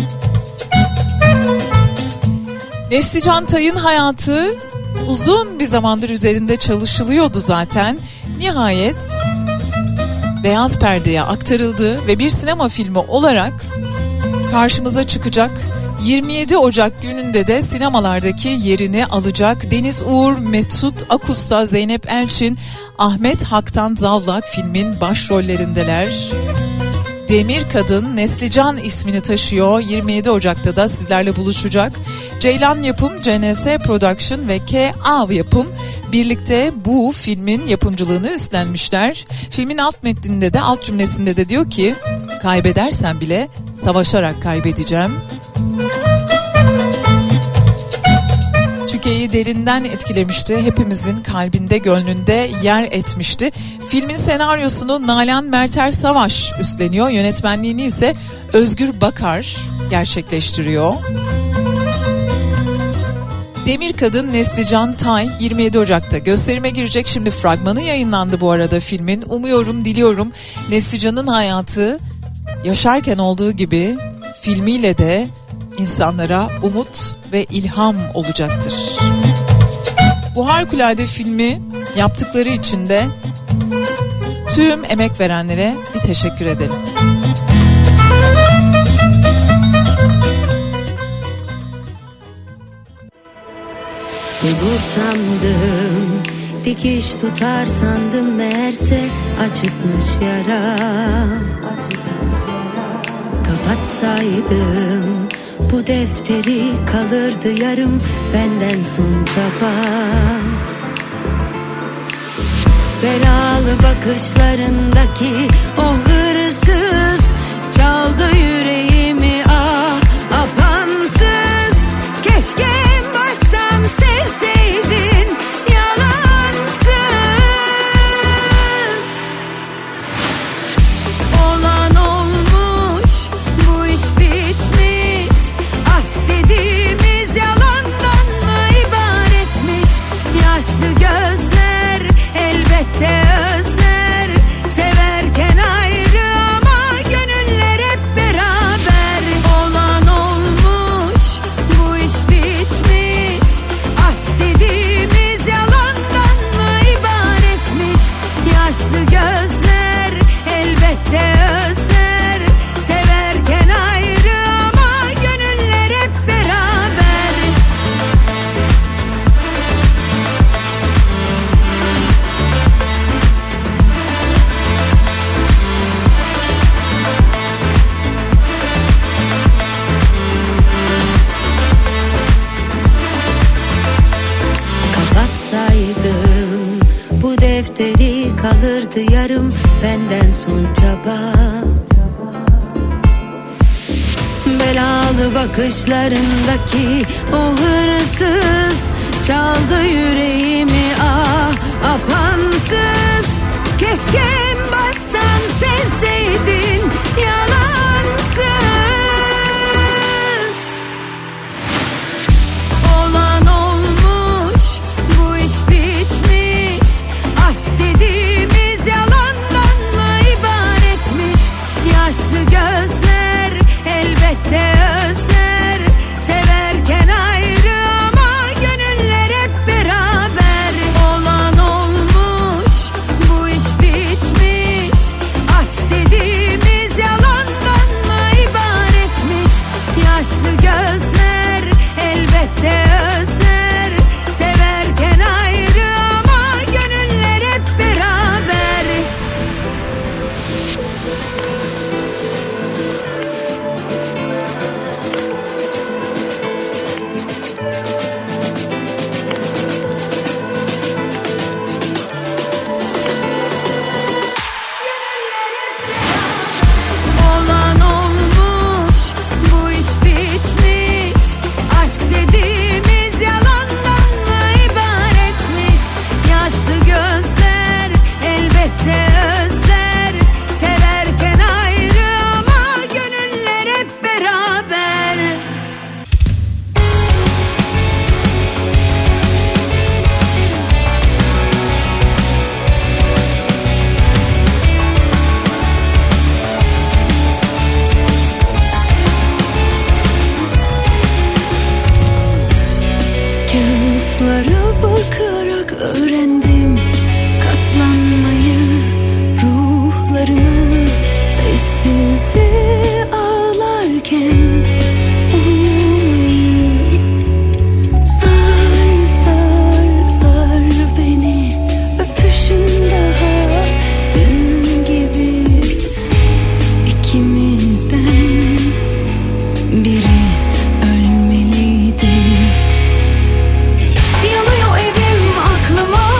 Neslican Tay'ın hayatı uzun bir zamandır üzerinde çalışılıyordu zaten. Nihayet beyaz perdeye aktarıldı ve bir sinema filmi olarak karşımıza çıkacak. yirmi yedi Ocak gününde de sinemalardaki yerini alacak. Deniz Uğur, Mesut Akusta, Zeynep Elçin, Ahmet Haktan Zavlak filmin başrollerindeler. Demir Kadın Neslican ismini taşıyor. yirmi yedi Ocak'ta da sizlerle buluşacak. Ceylan Yapım, C N S Production ve K A Yapım birlikte bu filmin yapımcılığını üstlenmişler. Filmin alt metninde de, alt cümlesinde de diyor ki, kaybedersem bile savaşarak kaybedeceğim. Türkiye'yi derinden etkilemişti. Hepimizin kalbinde, gönlünde yer etmişti. Filmin senaryosunu Nalan Merter Savaş üstleniyor. Yönetmenliğini ise Özgür Bakar gerçekleştiriyor. Demir Kadın Neslican Tay yirmi yedi Ocak'ta gösterime girecek. Şimdi fragmanı yayınlandı bu arada filmin. Umuyorum, diliyorum Neslican'ın hayatı yaşarken olduğu gibi filmiyle de insanlara umut ve ilham olacaktır. Bu harikulade filmi yaptıkları için de tüm emek verenlere bir teşekkür edelim. olur sandım, dikiş tutar sandım, meğerse acıtmış yara. Kapatsaydım bu defteri, kalırdı yarım benden son çaba. Belalı bakışlarındaki o hırsız çaldı yüreğimi, ah apansız. Keşke en baştan sevseydin yalansız. Olan olmuş, bu iş bitmiş. Aşk dediğimiz yalandan mı ibaretmiş? Yaşlı gözler elbette özler, severken ayrı ama gönüller hep beraber. Olan olmuş, bu iş bitmiş. Aşk dediğimiz yalandan mı ibaretmiş? Yaşlı gözler elbette özler, severken ayrı ama gönüller hep beraber. Kapatsaydım bu defteri, kalırdı yarım benden son çaba. Belalı bakışlarındaki o hırsız çaldı yüreğimi, ah apansız. Keşke en baştan sevseydin yalansız. Olan olmuş, bu iş bitmiş. Aşk dediğimiz yalandan mı ibaretmiş? Yaşlı gözler elbette özler, severken ayrı ama gönüller hep beraber. Olan olmuş, bu iş bitmiş. Aşk dediğimiz yalandan mı ibaretmiş? Yaşlı gözler elbette özler, severken ayrı ama gönüller hep beraber. Olan olmuş, bu iş bitmiş. Aşk dediğimiz yalandan mı ibaretmiş? Yaşlı gözler elbette özler, severken ayrı ama gönüller hep beraber. Kağıtlara bakarak öğrendim katlanmayı. Ruhlarımız sessizce ağlarken uyumayı. Sar sar sar beni, öpüşün daha dün gibi. İkimizden biri ölmeliydi. Yanıyor evim, aklıma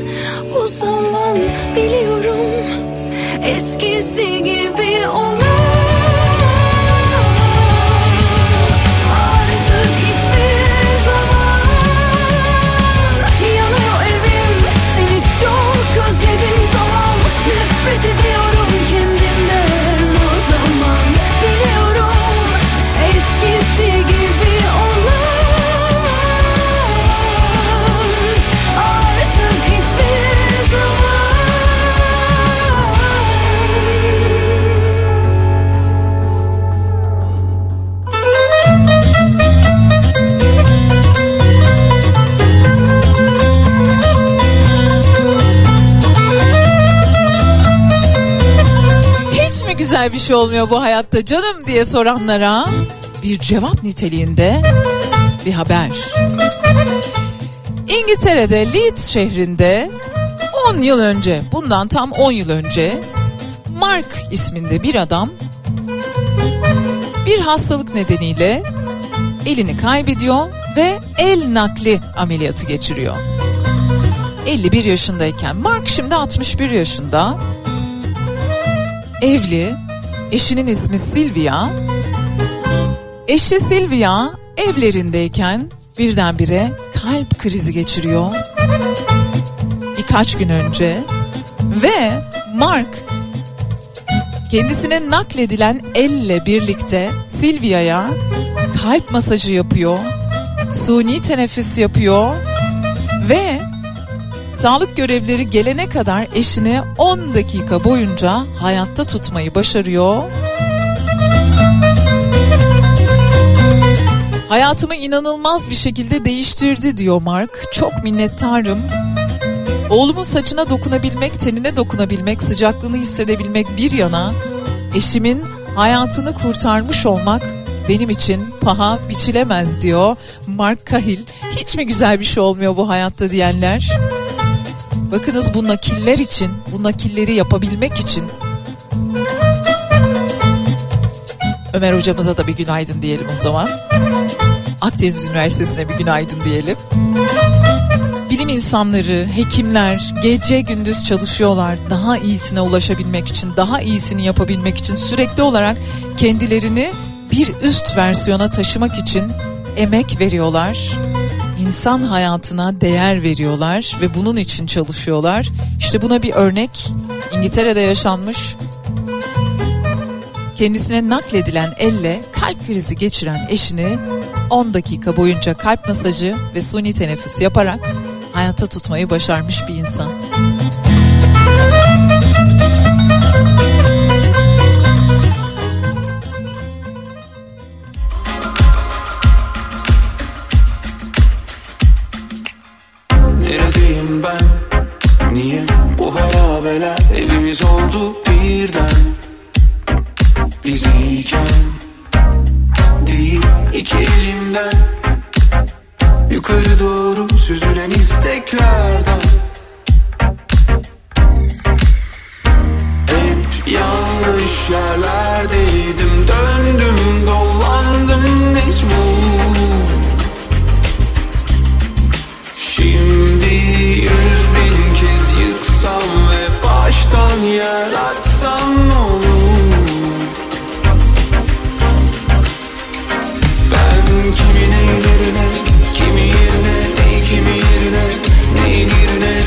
O zaman biliyorum eskisi gibi olamaz. Artık hiçbir zaman yanıyor evim. Seni çok özledim, tamam. Nefret ediyorum kendimden. O zaman biliyorum eskisi gibi olamaz. Artık hiçbir zaman. Hiç mi güzel bir şey olmuyor bu hayatta canım diye soranlara bir cevap niteliğinde bir haber. İngiltere'de Leeds şehrinde on yıl önce, bundan tam on yıl önce Mark isminde bir adam bir hastalık nedeniyle elini kaybediyor ve el nakli ameliyatı geçiriyor. elli bir yaşındayken Mark şimdi altmış bir yaşında. Evli, eşinin ismi Sylvia. Eşi Sylvia evlerindeyken birdenbire kalp krizi geçiriyor. Birkaç gün önce ve Mark kendisine nakledilen elle birlikte Sylvia'ya kalp masajı yapıyor, suni teneffüs yapıyor ve sağlık görevlileri gelene kadar eşini on dakika boyunca hayatta tutmayı başarıyor. Hayatımı inanılmaz bir şekilde değiştirdi diyor Mark. Çok minnettarım. Oğlumun saçına dokunabilmek, tenine dokunabilmek, sıcaklığını hissedebilmek bir yana, eşimin hayatını kurtarmış olmak benim için paha biçilemez diyor Mark Cahill. Hiç mi güzel bir şey olmuyor bu hayatta diyenler? Bakınız bu nakiller için, bu nakilleri yapabilmek için Ömer hocamıza da bir günaydın diyelim o zaman. Akdeniz Üniversitesi'ne bir günaydın diyelim. Bilim insanları, hekimler gece gündüz çalışıyorlar. Daha iyisine ulaşabilmek için, daha iyisini yapabilmek için sürekli olarak kendilerini bir üst versiyona taşımak için emek veriyorlar. İnsan hayatına değer veriyorlar ve bunun için çalışıyorlar. İşte buna bir örnek İngiltere'de yaşanmış. Kendisine nakledilen elle kalp krizi geçiren eşini on dakika boyunca kalp masajı ve suni teneffüs yaparak hayata tutmayı başarmış bir insan. Neredeyim ben? Niye bu harabeler evimiz oldu birden? Biz iyiken değil iki elimden yukarı doğru süzülen isteklerden hep yanlış yerlerdeydim, döndüm dolandım mecbur. Şimdi yüz bin kez yıksam ve baştan yaratsam ne olur? Ben kimin ellerine, kimi yerine, neyi kimi yerine, neyin yerine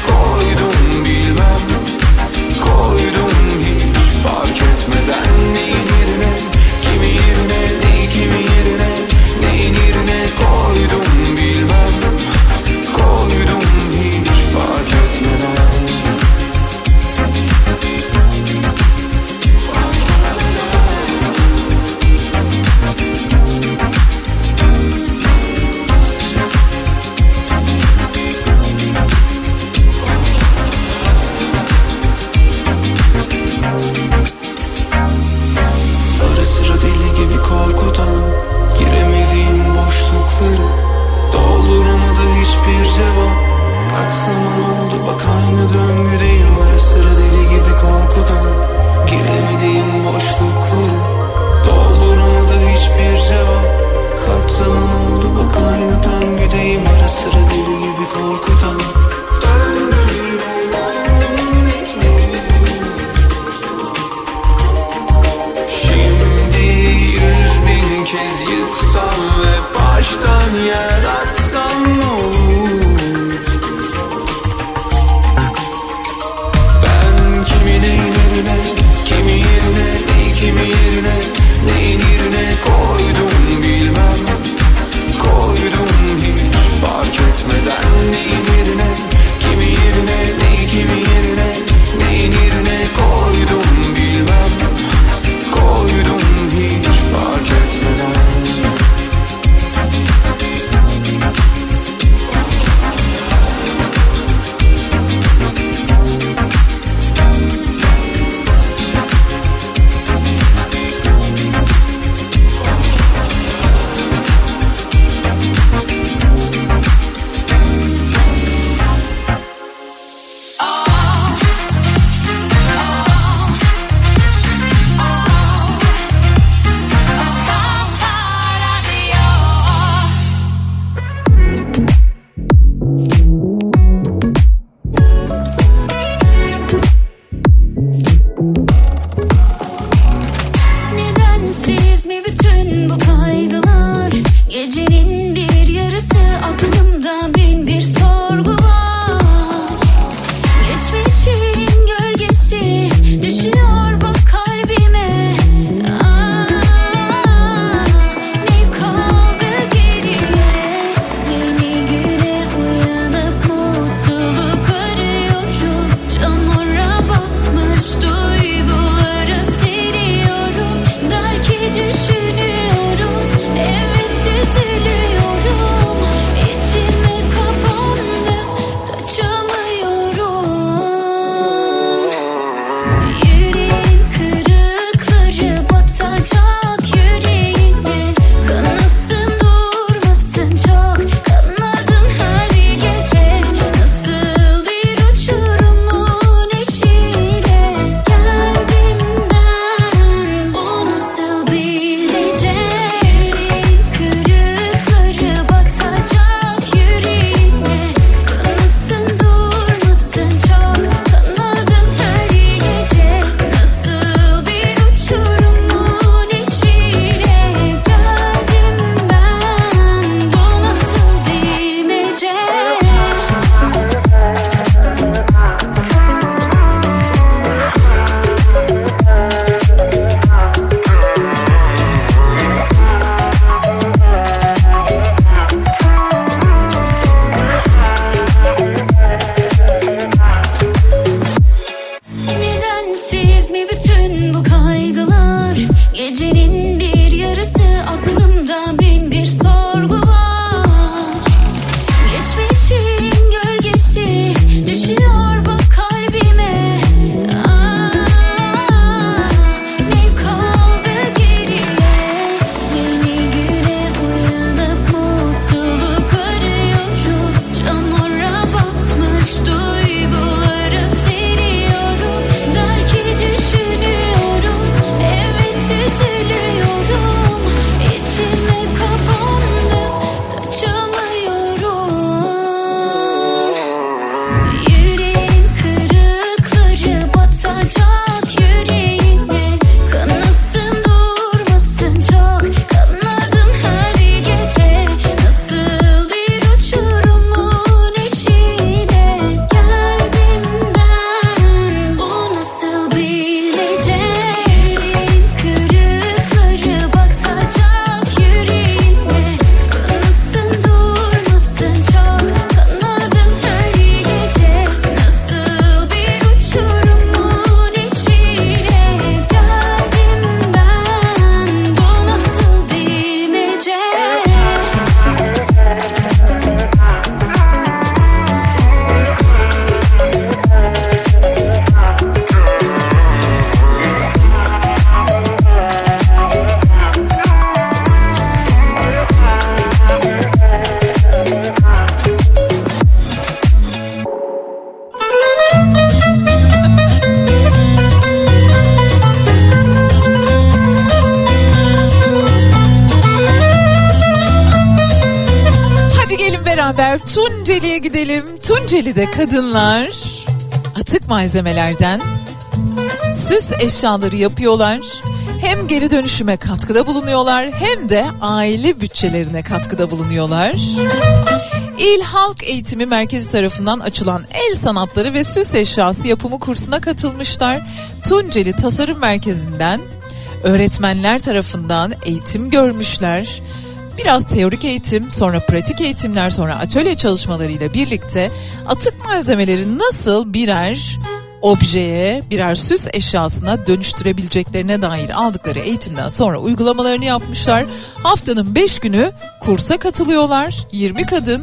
beraber Tunceli'ye gidelim. Tunceli'de kadınlar atık malzemelerden süs eşyaları yapıyorlar. Hem geri dönüşüme katkıda bulunuyorlar hem de aile bütçelerine katkıda bulunuyorlar. İl Halk Eğitimi Merkezi tarafından açılan el sanatları ve süs eşyası yapımı kursuna katılmışlar. Tunceli Tasarım Merkezi'nden öğretmenler tarafından eğitim görmüşler. Biraz teorik eğitim, sonra pratik eğitimler, sonra atölye çalışmalarıyla birlikte atık malzemeleri nasıl birer objeye, birer süs eşyasına dönüştürebileceklerine dair aldıkları eğitimden sonra uygulamalarını yapmışlar. Haftanın beş günü kursa katılıyorlar. yirmi kadın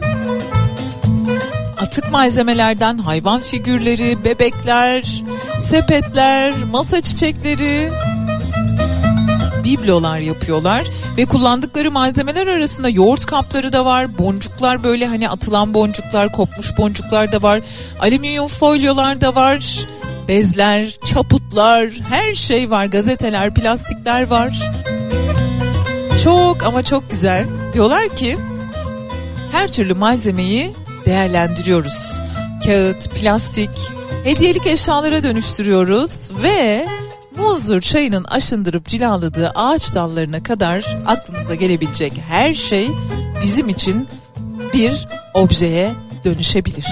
atık malzemelerden hayvan figürleri, bebekler, sepetler, masa çiçekleri, biblolar yapıyorlar ve kullandıkları malzemeler arasında yoğurt kapları da var, boncuklar, böyle hani atılan boncuklar, kopmuş boncuklar da var, alüminyum folyolar da var, bezler, çaputlar, her şey var, gazeteler, plastikler var. Çok ama çok güzel. Diyorlar ki her türlü malzemeyi değerlendiriyoruz. Kağıt, plastik, hediyelik eşyalara dönüştürüyoruz ve muzdur çayının aşındırıp cilaladığı ağaç dallarına kadar aklınıza gelebilecek her şey bizim için bir objeye dönüşebilir.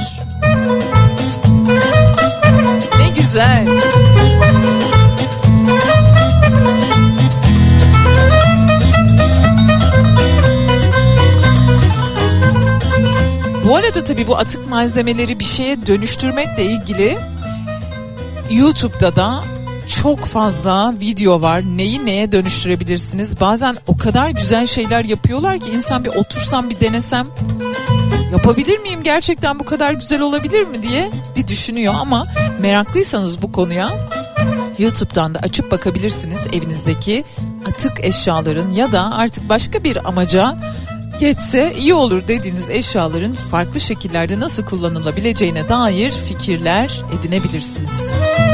Ne güzel. Bu arada tabii bu atık malzemeleri bir şeye dönüştürmekle ilgili YouTube'da da çok fazla video var. Neyi neye dönüştürebilirsiniz? Bazen o kadar güzel şeyler yapıyorlar ki insan bir otursam bir denesem, yapabilir miyim, gerçekten bu kadar güzel olabilir mi diye bir düşünüyor. Ama meraklıysanız bu konuya YouTube'dan da açıp bakabilirsiniz. Evinizdeki atık eşyaların ya da artık başka bir amaca geçse iyi olur dediğiniz eşyaların farklı şekillerde nasıl kullanılabileceğine dair fikirler edinebilirsiniz.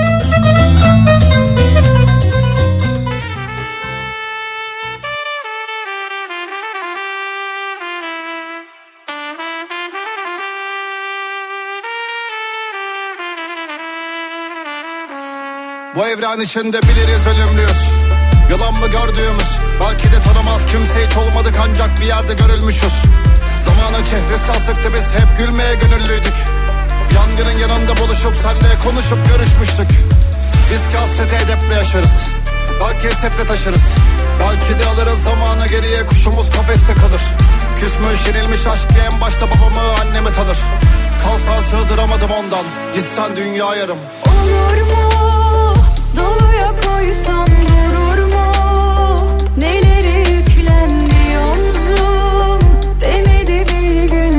Bu evren içinde biliriz ölümlüyüz. Yalan mı gördüğümüz? Belki de tanımaz kimse hiç olmadık ancak bir yerde görülmüşüz. Zamanın çehresi asıktı, biz hep gülmeye gönüllüydük. Yangının yanında buluşup senle konuşup görüşmüştük. Biz ki hasreti edeple yaşarız. Belki esefle taşırız. Belki de alırız zamanı geriye, kuşumuz kafeste kalır. Küsmüş yenilmiş aşk diye en başta babamı annemi tanır. Kalsan sığdıramadım ondan, gitsen dünya yarım. Olur mu? Doluya koysam durur mu? Neleri yüklendi omzum, demedi bir gün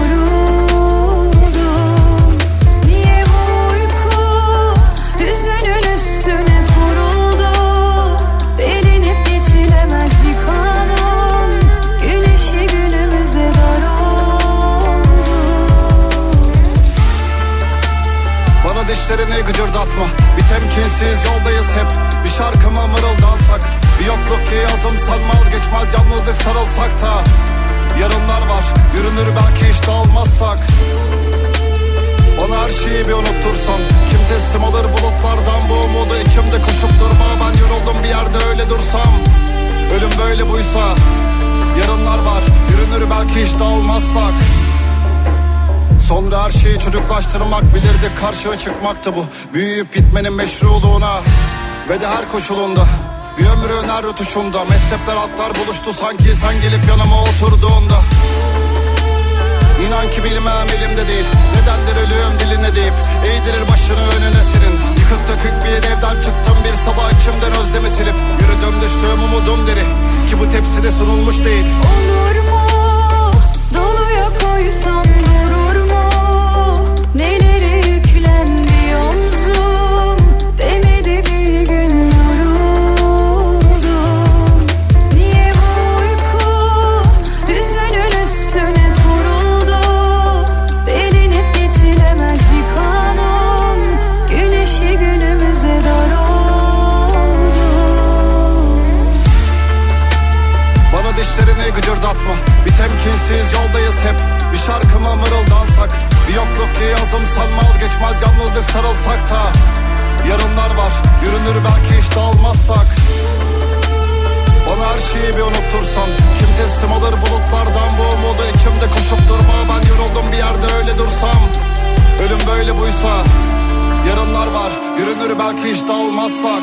yoruldum. Niye bu uyku hüzünün üstüne kuruldu? Delinip geçilemez bir kanun, güneşi günümüze dar oldu. Bana dişlerini gıcırdatma, temkinsiz yoldayız hep. Bir şarkı mı mırıldansak, bir yokluk ki yazımsan vazgeçmez yalnızlık sarılsak da. Yarınlar var, yürünür belki hiç dağılmazsak. Bana her şeyi bir unuttursan, kim teslim alır bulutlardan bu umudu içimde koşup durma. Ben yoruldum bir yerde öyle dursam, ölüm böyle buysa. Yarınlar var, yürünür belki hiç dağılmazsak. Sonra her şeyi çocuklaştırmak, bilirdik karşıya çıkmaktı bu. Büyüyüp gitmenin meşruluğuna ve de her koşulunda. Bir ömrün her rötuşunda mezhepler halklar buluştu sanki sen gelip yanıma oturduğunda. İnan ki bilmem elimde değil, nedendir ölüm diline deyip eğdirir başını önüne senin. Yıkık dökük bir evden çıktım bir sabah, içimden özlemi silip yürüdüm düştüğüm umudum deri ki bu tepside sunulmuş değil. Olur mu? Doluya koysam durur mu? Neleri yüklendi omzum, demedi bir gün yoruldum. Niye bu uyku hüzünün üstüne kuruldu? Delinip geçilemez bir kanun, güneşi günümüze dar oldu. Bana dişlerini gıcır sarılsak da. Yarınlar var, yürünür belki hiç dağılmazsak. Bana her şeyi bir unuttursan. Kim teslim alır bulutlardan bu umudu içimde koşup durma. Ben yoruldum bir yerde öyle dursam. Ölüm böyle buysa. Yarınlar var, yürünür belki hiç dağılmazsak.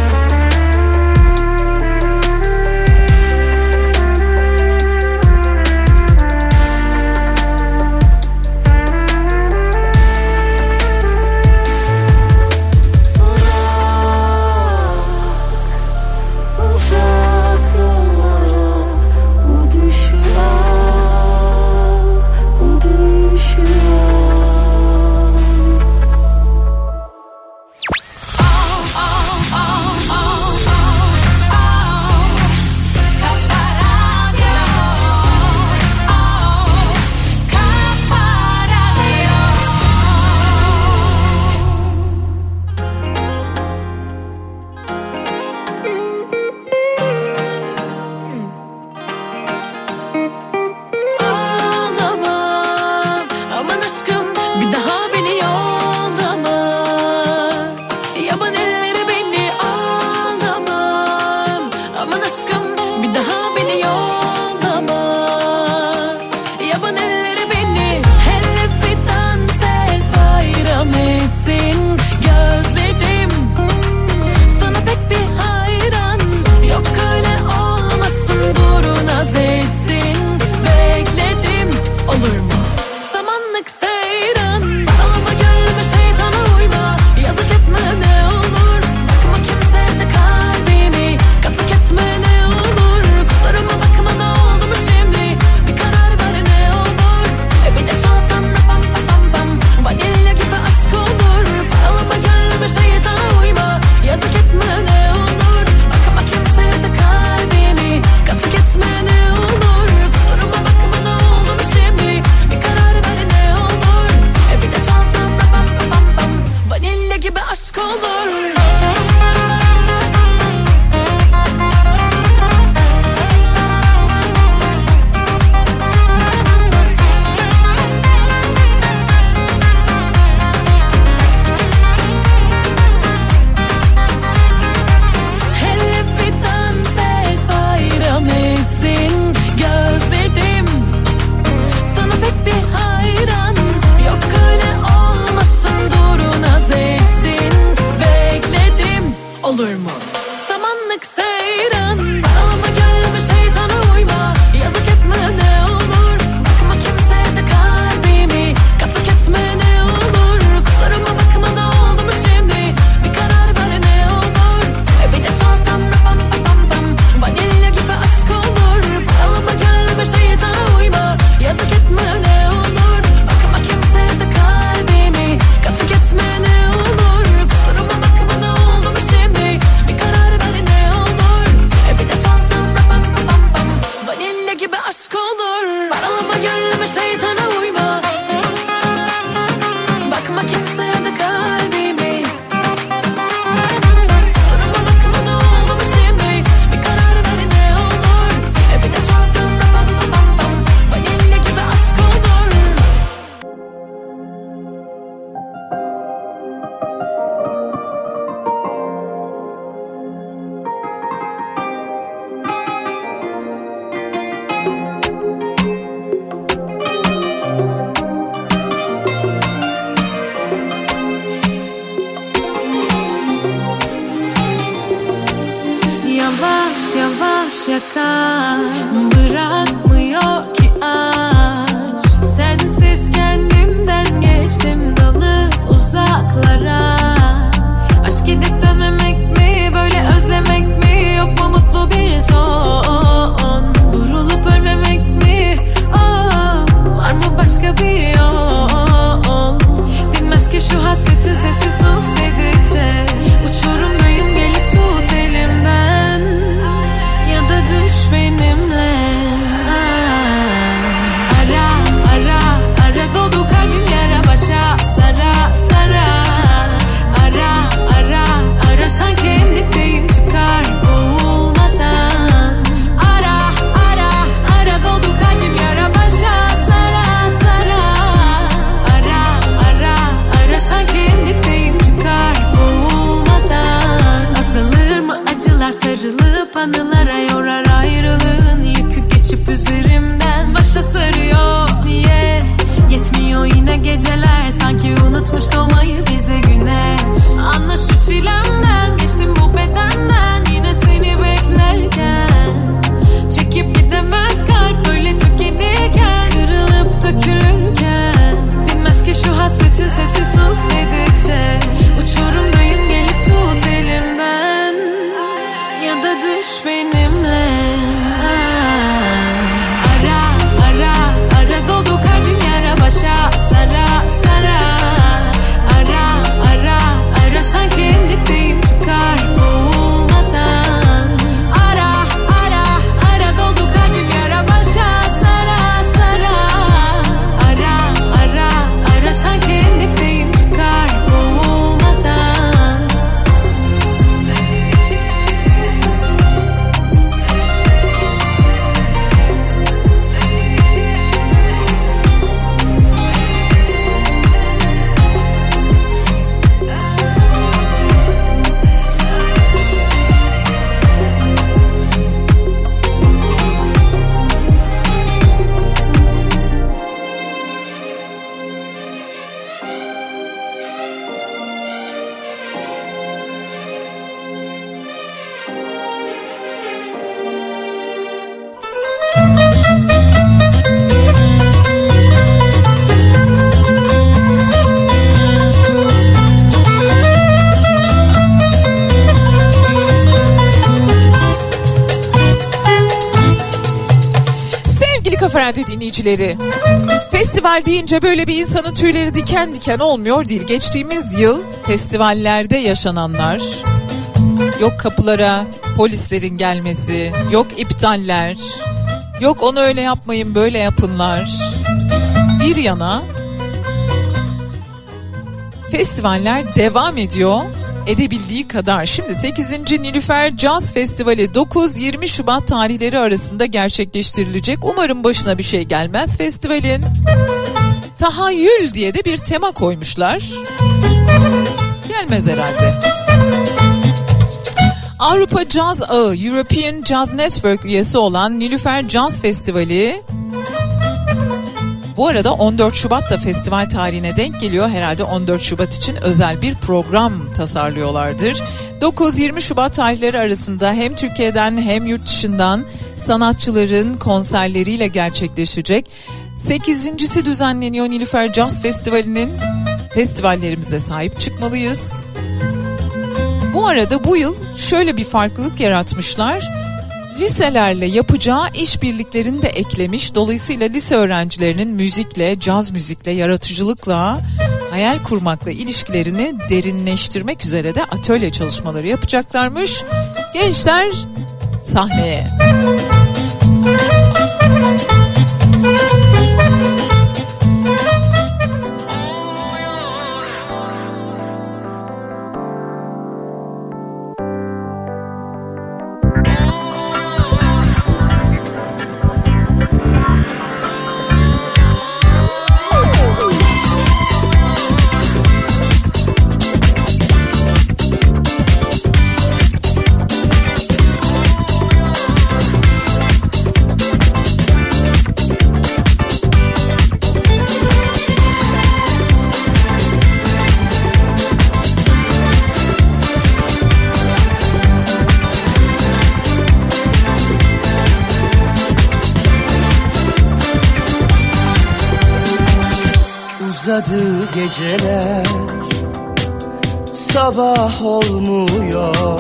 yakar, bırakmıyor ki aşk. Sensiz kendimden geçtim, dalıp uzaklara. Aşk gidip dönmemek mi, böyle özlemek mi, yok mu mutlu bir son? Vurulup ölmemek mi, oh, var mı başka bir yol? Dinmez ki şu hasretin sesi, sus dedikçe. Uçurumdayım, gelip tut elimden, ya da düş benimle. Ara ara ara, doldu kalbim yara başa, sara sara. Ara ara ara, sanki en dipteyim, çıkar boğulmadan. Ara ara ara, doldu kalbim yara başa, sara sara. Ara ara ara, sanki en dipteyim, Kafa Radyo dinleyicileri. Festival deyince böyle bir insanın tüyleri diken diken olmuyor değil. Geçtiğimiz yıl festivallerde yaşananlar, yok kapılara polislerin gelmesi, yok iptaller, yok onu öyle yapmayın böyle yapınlar bir yana, festivaller devam ediyor edebildiği kadar. Şimdi sekizinci Nilüfer Caz Festivali dokuz yirmi Şubat tarihleri arasında gerçekleştirilecek. Umarım başına bir şey gelmez festivalin. Tahayyül diye de bir tema koymuşlar. Gelmez herhalde. Avrupa Caz Ağı European Jazz Network üyesi olan Nilüfer Caz Festivali, bu arada on dört Şubat da festival tarihine denk geliyor. Herhalde on dört Şubat için özel bir program tasarlıyorlardır. dokuz yirmi Şubat tarihleri arasında hem Türkiye'den hem yurt dışından sanatçıların konserleriyle gerçekleşecek. sekizincisi düzenleniyor Nilüfer Caz Festivali'nin. Festivallerimize sahip çıkmalıyız. Bu arada bu yıl şöyle bir farklılık yaratmışlar. Liselerle yapacağı işbirliklerini de eklemiş. Dolayısıyla lise öğrencilerinin müzikle, caz müzikle, yaratıcılıkla, hayal kurmakla ilişkilerini derinleştirmek üzere de atölye çalışmaları yapacaklarmış. Gençler sahneye. Uzadı geceler, sabah olmuyor,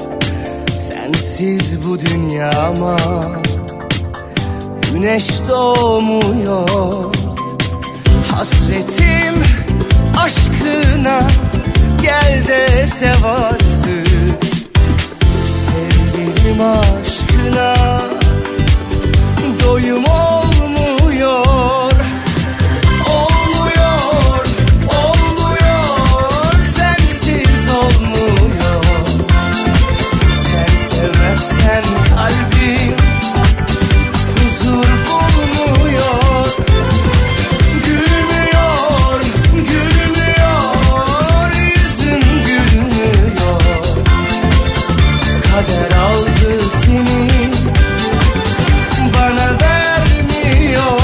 sensiz bu dünyama güneş doğmuyor. Hasretim aşkına, gel de sev artık. Sevgilim aşkına doyum olmuyor. Sen kalbim huzur bulmuyor. Gülmüyor, gülmüyor, yüzüm gülmüyor. Kader aldı seni, bana vermiyor.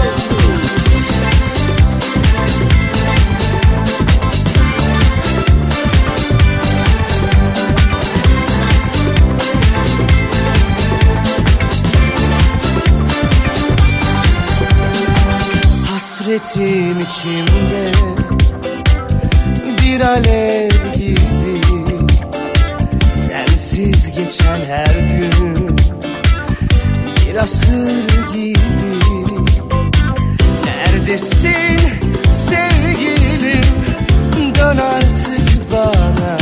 Hasretim içimde bir alev gibi, sensiz geçen her gün bir asır gibi. Neredesin sevgilim, dön artık bana.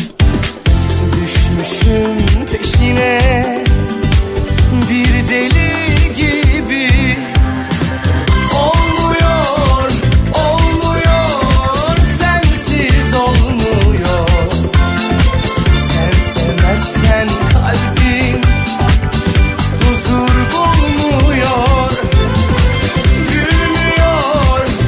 Düşmüşüm peşine bir deli gibi. Olmuyor, olmuyor, sensiz olmuyor. Sen sevmezsen kalbim huzur bulmuyor. Gülmüyor,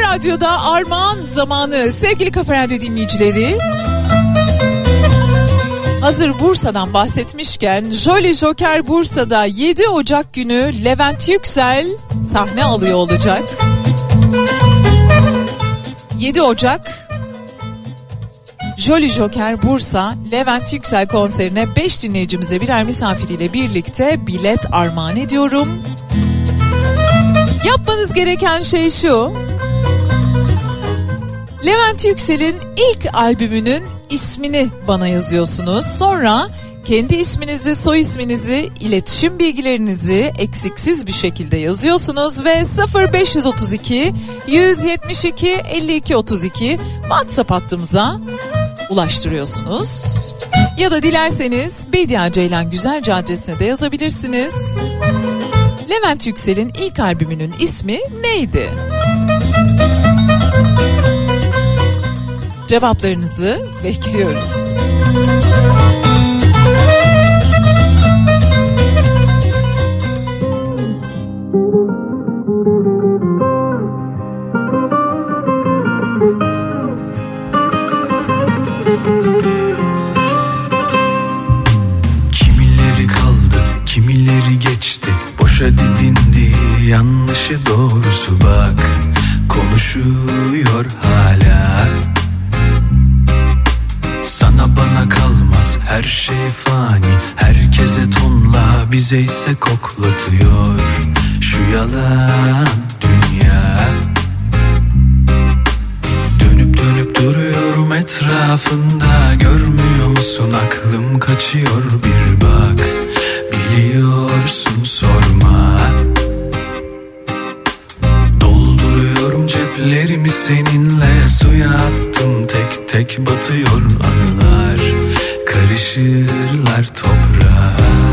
Radyo'da armağan zamanı sevgili Kafa Radyo dinleyicileri. Hazır Bursa'dan bahsetmişken Jolly Joker Bursa'da yedi Ocak günü Levent Yüksel sahne alıyor olacak. yedi Ocak Jolly Joker Bursa Levent Yüksel konserine beş dinleyicimize birer misafiriyle birlikte bilet armağan ediyorum. Yapmanız gereken şey şu: Levent Yüksel'in ilk albümünün ismini bana yazıyorsunuz. Sonra kendi isminizi, soy isminizi, iletişim bilgilerinizi eksiksiz bir şekilde yazıyorsunuz ve sıfır beş otuz iki yüz yetmiş iki elli iki otuz iki WhatsApp hattımıza ulaştırıyorsunuz. Ya da dilerseniz Bediye Ceylan Güzelce adresine de yazabilirsiniz. Levent Yüksel'in ilk albümünün ismi neydi? Cevaplarınızı bekliyoruz. Kimileri kaldı, kimileri geçti, boşa didindi, yanlışı doğrusu bak, konuşuyor hala. Sana bana kalmaz her şey fani, herkese tonla, bize ise koklatıyor şu yalan dünya. Dönüp dönüp duruyorum etrafında, görmüyor musun aklım kaçıyor, bir bak biliyorsun sorma. Dolduruyorum ceplerimi seninle, suya attım tek tek batıyor anılar, karışırlar toprağa.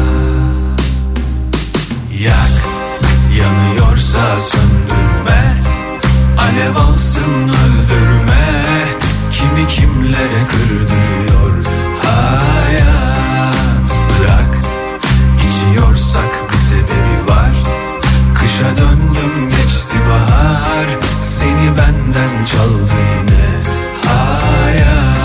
Yak, yanıyorsa söndürme, alev alsın öldürme, kimi kimlere kırdırıyor hayat. Bırak, içiyorsak bir sebebi var, kışa döndüm geçti bahar, seni benden çaldı yine hayat.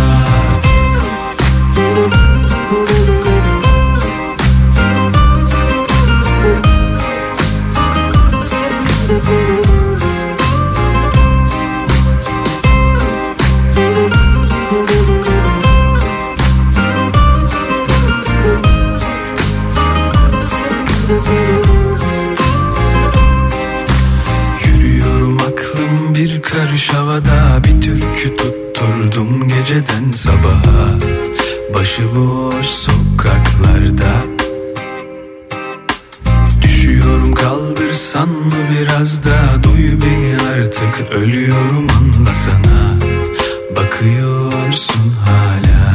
Yürüyorum aklım bir karış havada, bir türkü tutturdum geceden sabaha, başıboş sokaklarda. Düşüyorum kaldırsan mı biraz da, duy beni artık ölüyorum anlasana, bakıyorsun hala.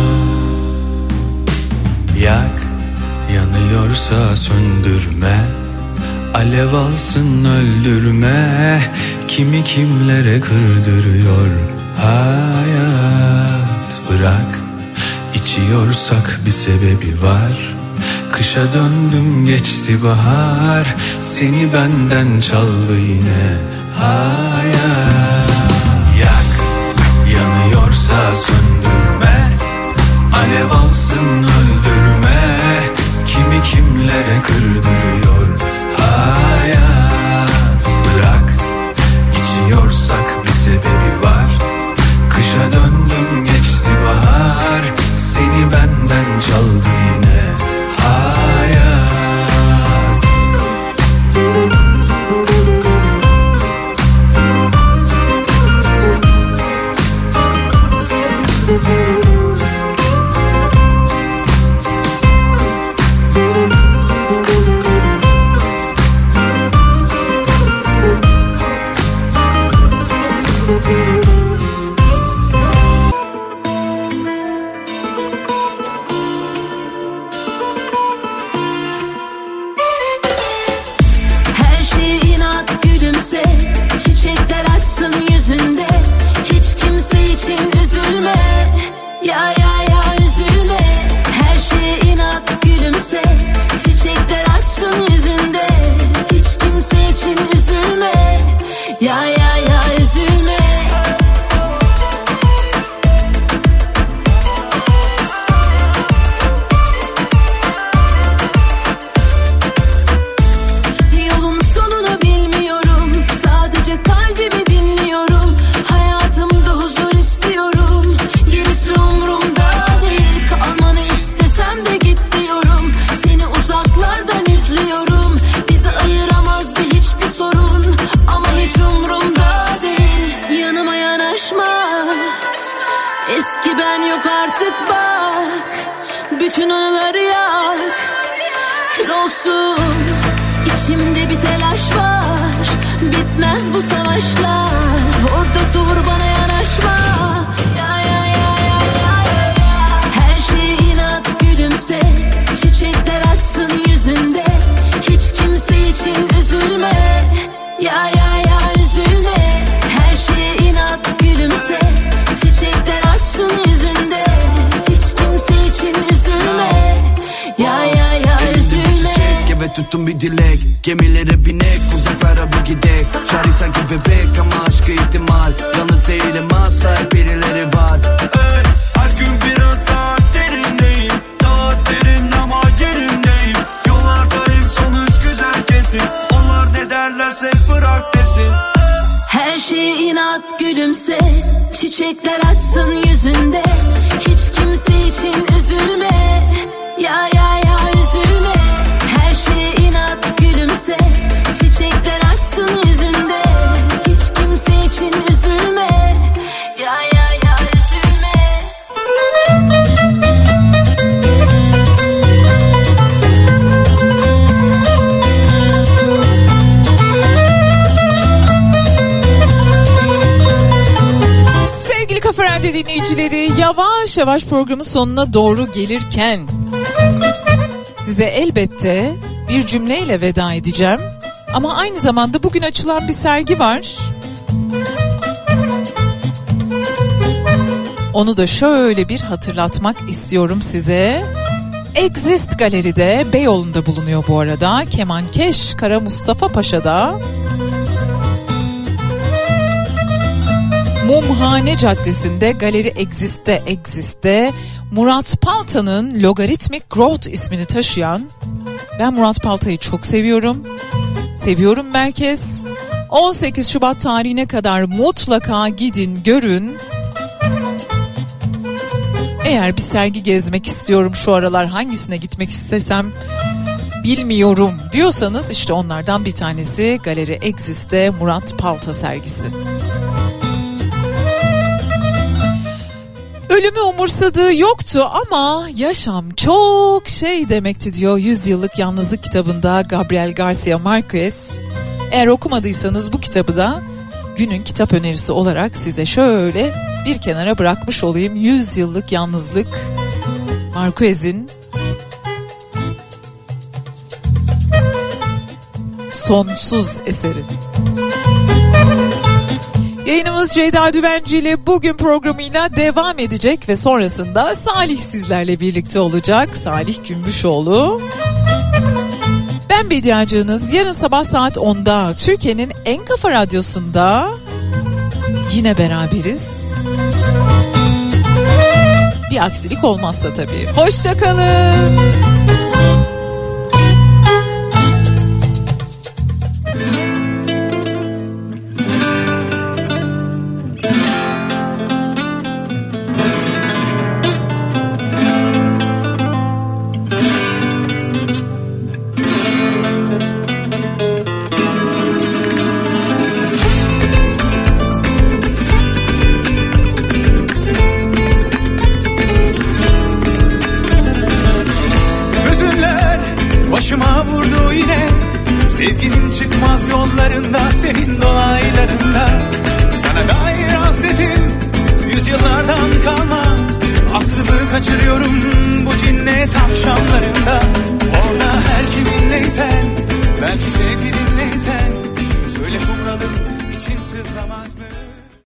Yak, yanıyorsa söndürme, alev alsın öldürme, kimi kimlere kırdırıyor hayat. Bırak, içiyorsak bir sebebi var, kışa döndüm geçti bahar, seni benden çaldı yine hayat. Yak, yanıyorsa söndürme, alev alsın öldürme, kimi kimlere kırdırıyor hayat. Bırak, içiyorsak bir sebebi var, kışa döndüm geçti bahar, seni benden çaldı yine hayat. Her şey inat gülümse, çiçekler açsın yüzünde, hiç kimse için üzülme, ya ya ya üzülme. Her şey inat gülümse, çiçekler açsın yüzünde, hiç kimse için üzülme, ya ya ya artık bak, bütün anıları yak, kül olsun. İçimde bir telaş var, bitmez bu savaşlar. Orada dur, bana yanaşma. Ya ya ya ya ya ya. Her şey inat, gülümse. Çiçekler açsın yüzünde. Hiç kimse için üzülme. Ya ya ya üzülme. Her şey inat, gülümse. Çiçekler açsın yüzünde. Hiç kimse için üzülme. Ya ya ya üzülme. Evet tuttum bir dilek, gemilere binek, uzaklara bir gidek. Şarkı sanki bebek ama aşkı ihtimal. Yalnız değilim asla, hep birileri var. Hey, her gün biraz daha derindeyim. Daha derin ama yerimdeyim. Yollardayım, sonuç güzel kesin. Onlar ne derlerse bırak desin. Her şey inat, gülümse. Çiçekler açsın yüzünde. Hiç kimse için üzülme. Ya ya ya üzülme. Her şey inat, gülümse. Çiçekler açsın yüzünde. Hiç kimse için üzülme. Ya ya ya üzülme. Sevgili Kafa Radyo dinleyicileri, yavaş yavaş programın sonuna doğru gelirken size elbette bir cümleyle veda edeceğim. Ama aynı zamanda bugün açılan bir sergi var. Onu da şöyle bir hatırlatmak istiyorum size. Exist Galeri'de, Beyoğlu'nda bulunuyor bu arada. Kemankeş Kara Mustafa Paşa'da. Mumhane Caddesi'nde Galeri Exist'te Exist'te Murat Palta'nın Logarithmic Growth ismini taşıyan, ben Murat Palta'yı çok seviyorum. Seviyorum merkez. on sekiz Şubat tarihine kadar mutlaka gidin, görün. Eğer bir sergi gezmek istiyorum şu aralar, hangisine gitmek istesem bilmiyorum diyorsanız, işte onlardan bir tanesi Galeri Exist'te Murat Palta sergisi. Ölümü umursadığı yoktu ama yaşam çok şey demekti diyor Yüzyıllık Yalnızlık kitabında Gabriel Garcia Marquez. Eğer okumadıysanız bu kitabı da günün kitap önerisi olarak size şöyle bir kenara bırakmış olayım. Yüzyıllık Yalnızlık, Marquez'in sonsuz eseri. Yayınımız Ceyda Düvenci ile bugün programıyla devam edecek ve sonrasında Salih sizlerle birlikte olacak. Salih Gümüşoğlu. Ben Bediacığınız, yarın sabah saat onda Türkiye'nin en kafa radyosunda yine beraberiz. Bir aksilik olmazsa tabii. Hoşça kalın. Sevginin çıkmaz yollarında, senin dolaylarında